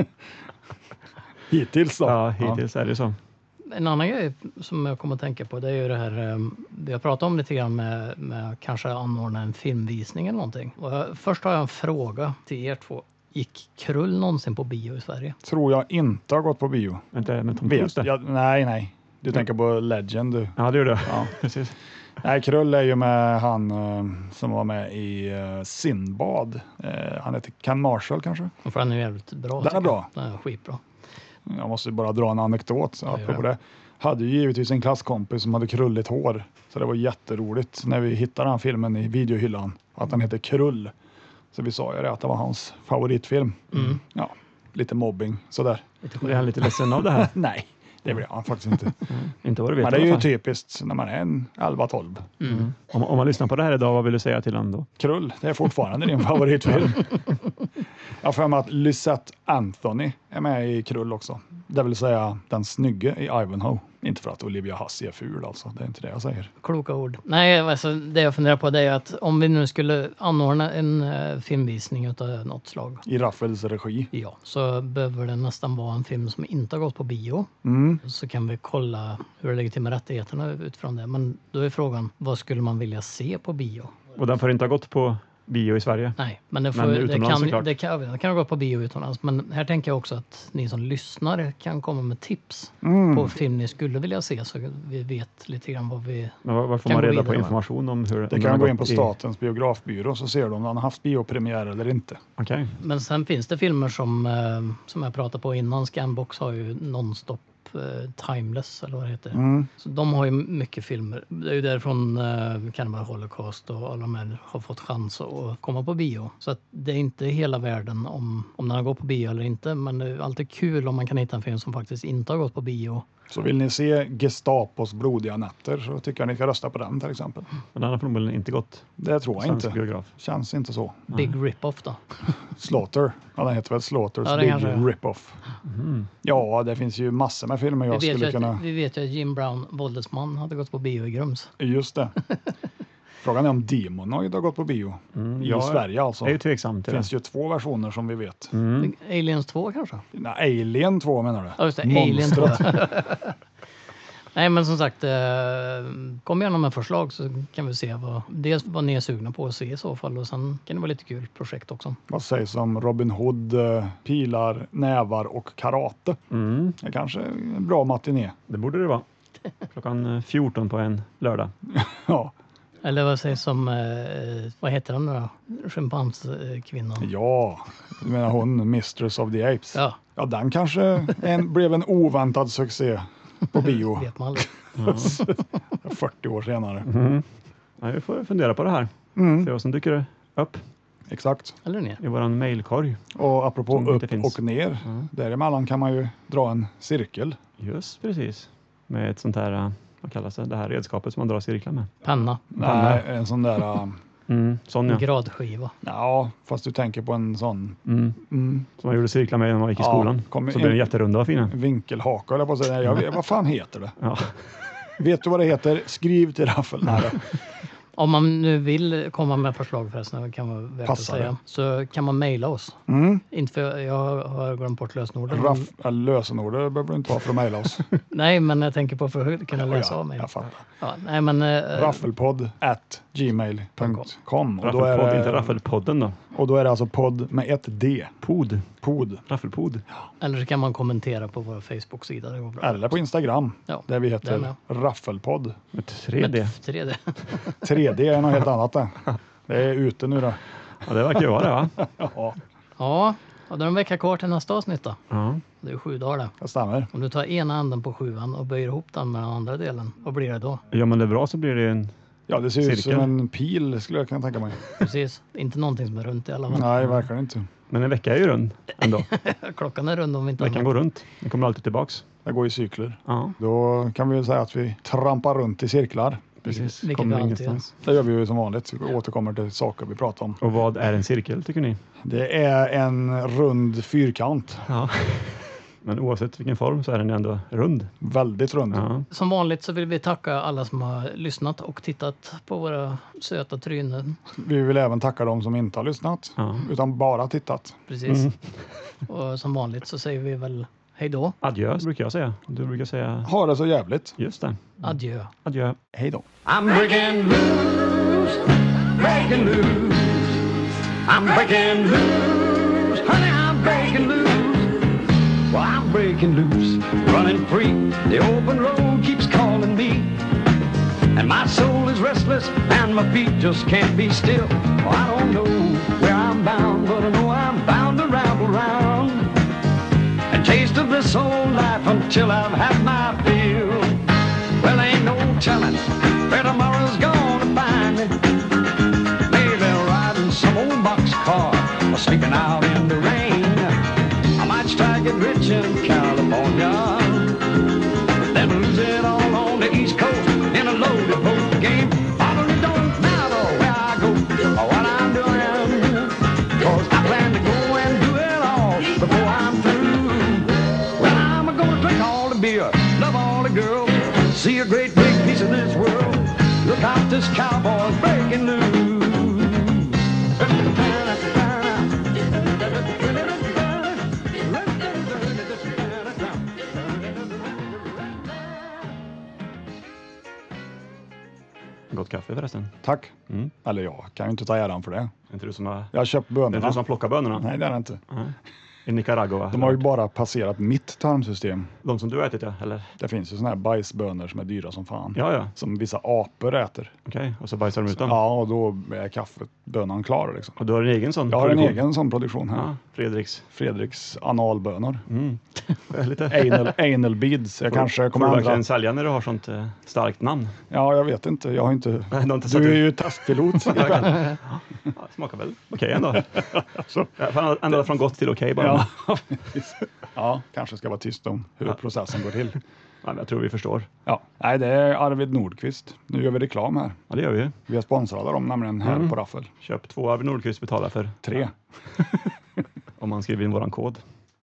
Hittills då. Ja, hittills är det så. En annan grej som jag kommer att tänka på, det är ju det här, vi har pratat om lite grann med kanske anordna en filmvisning eller någonting. Och först har jag en fråga till er två. Gick Krull någonsin på bio i Sverige? Tror jag inte har gått på bio. Inte med Tom Cruise där? Nej. Du tänker på Legend du. Ja, det gör det. Ja. Precis. Nej, Krull är ju med han som var med i Sinbad. Han heter Ken Marshall kanske. För han är jävligt bra. Den är bra. Den är skitbra. Jag måste bara dra en anekdot. Apropå det. Hade ju givetvis en klasskompis som hade krulligt hår. Så det var jätteroligt när vi hittade den filmen i videohyllan. Att den heter Krull. Så vi sa ju det att det var hans favoritfilm. Ja, lite mobbing sådär. Blir han lite ledsen av det här? Nej, det blir han faktiskt inte. Inte vad du vet. Men det är ju typiskt när man är en 11-12. Om man lyssnar på det här idag, vad vill du säga till honom då? Krull, det är fortfarande din favoritfilm. Jag har för mig att Lysette Anthony är med i Krull också. Det vill säga den snygge i Ivanhoe. Inte för att Olivia Hussey är ful alltså. Det är inte det jag säger. Kloka ord. Nej, alltså det jag funderar på det är att om vi nu skulle anordna en filmvisning utav något slag. I Raffels regi. Ja, så behöver det nästan vara en film som inte har gått på bio. Så kan vi kolla hur det ligger till med rättigheterna utifrån det. Men då är frågan, vad skulle man vilja se på bio? Och den får inte ha gått på bio i Sverige. Nej, men det kan gå på bio utomlands. Men här tänker jag också att ni som lyssnar kan komma med tips på film ni skulle vilja se, så vi vet lite grann vad vi men var får man reda på information om hur det kan gå in på Statens biografbyrå, så ser de om han har haft biopremiär eller inte. Okay. Men sen finns det filmer som jag pratade på innan. Scanbox har ju Nonstop Timeless eller vad det heter. Så de har ju mycket filmer. Det är ju därifrån Cannibal Holocaust och alla de här har fått chans att komma på bio. Så att det är inte hela världen om den går på bio eller inte, men det är alltid kul om man kan hitta en film som faktiskt inte har gått på bio. Så vill ni se Gestapos blodiga nätter, så tycker jag ni kan rösta på den till exempel. Men den har förmodligen inte gått. Det tror jag inte. Biograf. Känns inte så. Big Rip-Off då? Slaughter. Ja, den heter väl Slaughters Big Rip-Off. Ja, det finns ju massor med filmer jag skulle kunna... Vi vet ju att Jim Brown, Våldesman, hade gått på bio i Grums. Just det. Frågan är om Demonoid har gått på bio i Sverige alltså. Det är ju tveksamt. Det finns ju 2 versioner som vi vet. Aliens 2 kanske? Nej, Alien 2 menar du? Ja, just det. Alien 2. Nej, men som sagt, kom gärna med förslag så kan vi se vad ni är sugna på att se i så fall. Och sen kan det vara lite kul projekt också. Vad sägs om Robin Hood, pilar, nävar och karate? Det kanske är en bra matiné. Det borde det vara. Klockan 14 på en lördag. Ja. Eller vad sägs om, vad heter den då? Schimpanskvinnan. Ja, du menar hon, Mistress of the Apes. Ja, den kanske blev en oväntad succé på bio. Vet man aldrig. 40 år senare. Ja, vi får fundera på det här. Se vad som dyker upp. Exakt. Eller ner. I våran mailkorg. Och apropå upp och ner. Däremellan kan man ju dra en cirkel. Just precis. Med ett sånt här, vad kallas det här redskapet som man drar cirklar med? Panna. Nej, en sån där... sån, ja. Gradskiva. Ja, fast du tänker på en sån... Som man gjorde cirklar med när man gick i skolan. Så blir det jätterunda och fina. Vinkelhaka, eller på att säga. Vad fan heter det? Ja. Vet du vad det heter? Skriv till Raffel. Om man nu vill komma med förslag förresten, kan man väl säga, så kan man mejla oss. Inte för jag har glömt bort lösenordet. Lösenordet behöver du inte ha för att mejla oss. Nej, men jag tänker på för att kunna läsa av mig. Jag fattar. Ja, nej, men, raffelpodd@gmail.com. Raffelpodd, inte Raffelpodden då. Och då är det alltså podd med ett D. Pod. Raffelpodd. Eller så kan man kommentera på vår Facebook-sida. Det går bra. Eller på Instagram. Ja, där vi heter Raffelpodd. Med 3D. 3D är något helt annat det. Det är ute nu då. Ja, det verkar ju vara det, va? Ja, och det är en vecka kvar till nästa avsnitt då. Ja. Det är 7 dagar. Det stämmer. Om du tar ena änden på 7:an och böjer ihop den med den andra delen, vad blir det då? Ja, men det är bra, så blir det en Ja, det ser ut som en pil skulle jag kunna tänka mig. Precis. Inte någonting som är runt i alla fall. Nej, verkligen inte. Men en vecka är ju rund ändå. Klockan är rund om vi inte... Veckan går runt. Den kommer alltid tillbaks. Det går i cykler. Ja. Då kan vi väl säga att vi trampar runt i cirklar. Precis. Vilket vi alltid gör. Det gör vi ju som vanligt. Vi återkommer till saker vi pratar om. Och vad är en cirkel, tycker ni? Det är en rund fyrkant. Ja. Men oavsett vilken form så är den ändå rund. Väldigt rund. Ja. Som vanligt så vill vi tacka alla som har lyssnat och tittat på våra söta trynen. Vi vill även tacka de som inte har lyssnat. Ja. Utan bara tittat. Precis. Och som vanligt så säger vi väl hej då. Adjö, brukar jag säga. Du brukar säga... Ha det så jävligt. Just det. Adjö. Adjö. Hej då. I'm breaking loose, breaking loose. I'm breaking loose, honey, I'm breaking loose. Well, I'm breaking loose, running free. The open road keeps calling me. And my soul is restless and my feet just can't be still. Well, I don't know where I'm bound, but I know I'm bound to ramble around and taste of this old life until I've had my fill. Well, ain't no telling where tomorrow's gonna find me. Maybe I'll ride in some old boxcar or sleeping out in the rain. I might strike it rich in California, then lose it all on the East Coast in a loaded boat game. But it don't matter where I go or what I'm doing, 'cause I plan to go and do it all before I'm through. Well, I'm gonna drink all the beer, love all the girls, see a great big piece of this world. Look out, this cowboy's breaking loose. Gott kaffe förresten. Tack. Eller jag kan ju inte ta äran för det. Inte du som har... Jag har köpt bönorna. Det är inte du som plockar bönorna? Nej, det är det inte. I Nicaragua. De har ju bara passerat mitt tarmsystem. De som du har ätit, ja? Eller? Det finns ju såna här bajsbönor som är dyra som fan. Ja. Som vissa apor äter. Okej, och så bajsar de ut dem? Ja, och då är kaffebönan klar liksom. Och du har en egen sån Jag har produktion? en egen sån produktion här. Ja, Fredriks analbönor. Lite. Anal beads. Jag kanske kommer får du ändra. verkligen sälja när du har sånt starkt namn? Ja, jag vet inte. Jag har inte... Nej, du är ju testpilot. Smakar väl okej ändå. Ända från gott till okej bara. Ja, kanske ska vara tyst om hur processen går till. Ja, jag tror vi förstår. Ja, nej, det är Arvid Nordqvist. Nu gör vi reklam här. Ja, det gör vi. Vi är sponsrade av dem nämligen här på Raffel. Köp 2 Arvid Nordqvist, betala för 3. om man skriver in våran kod.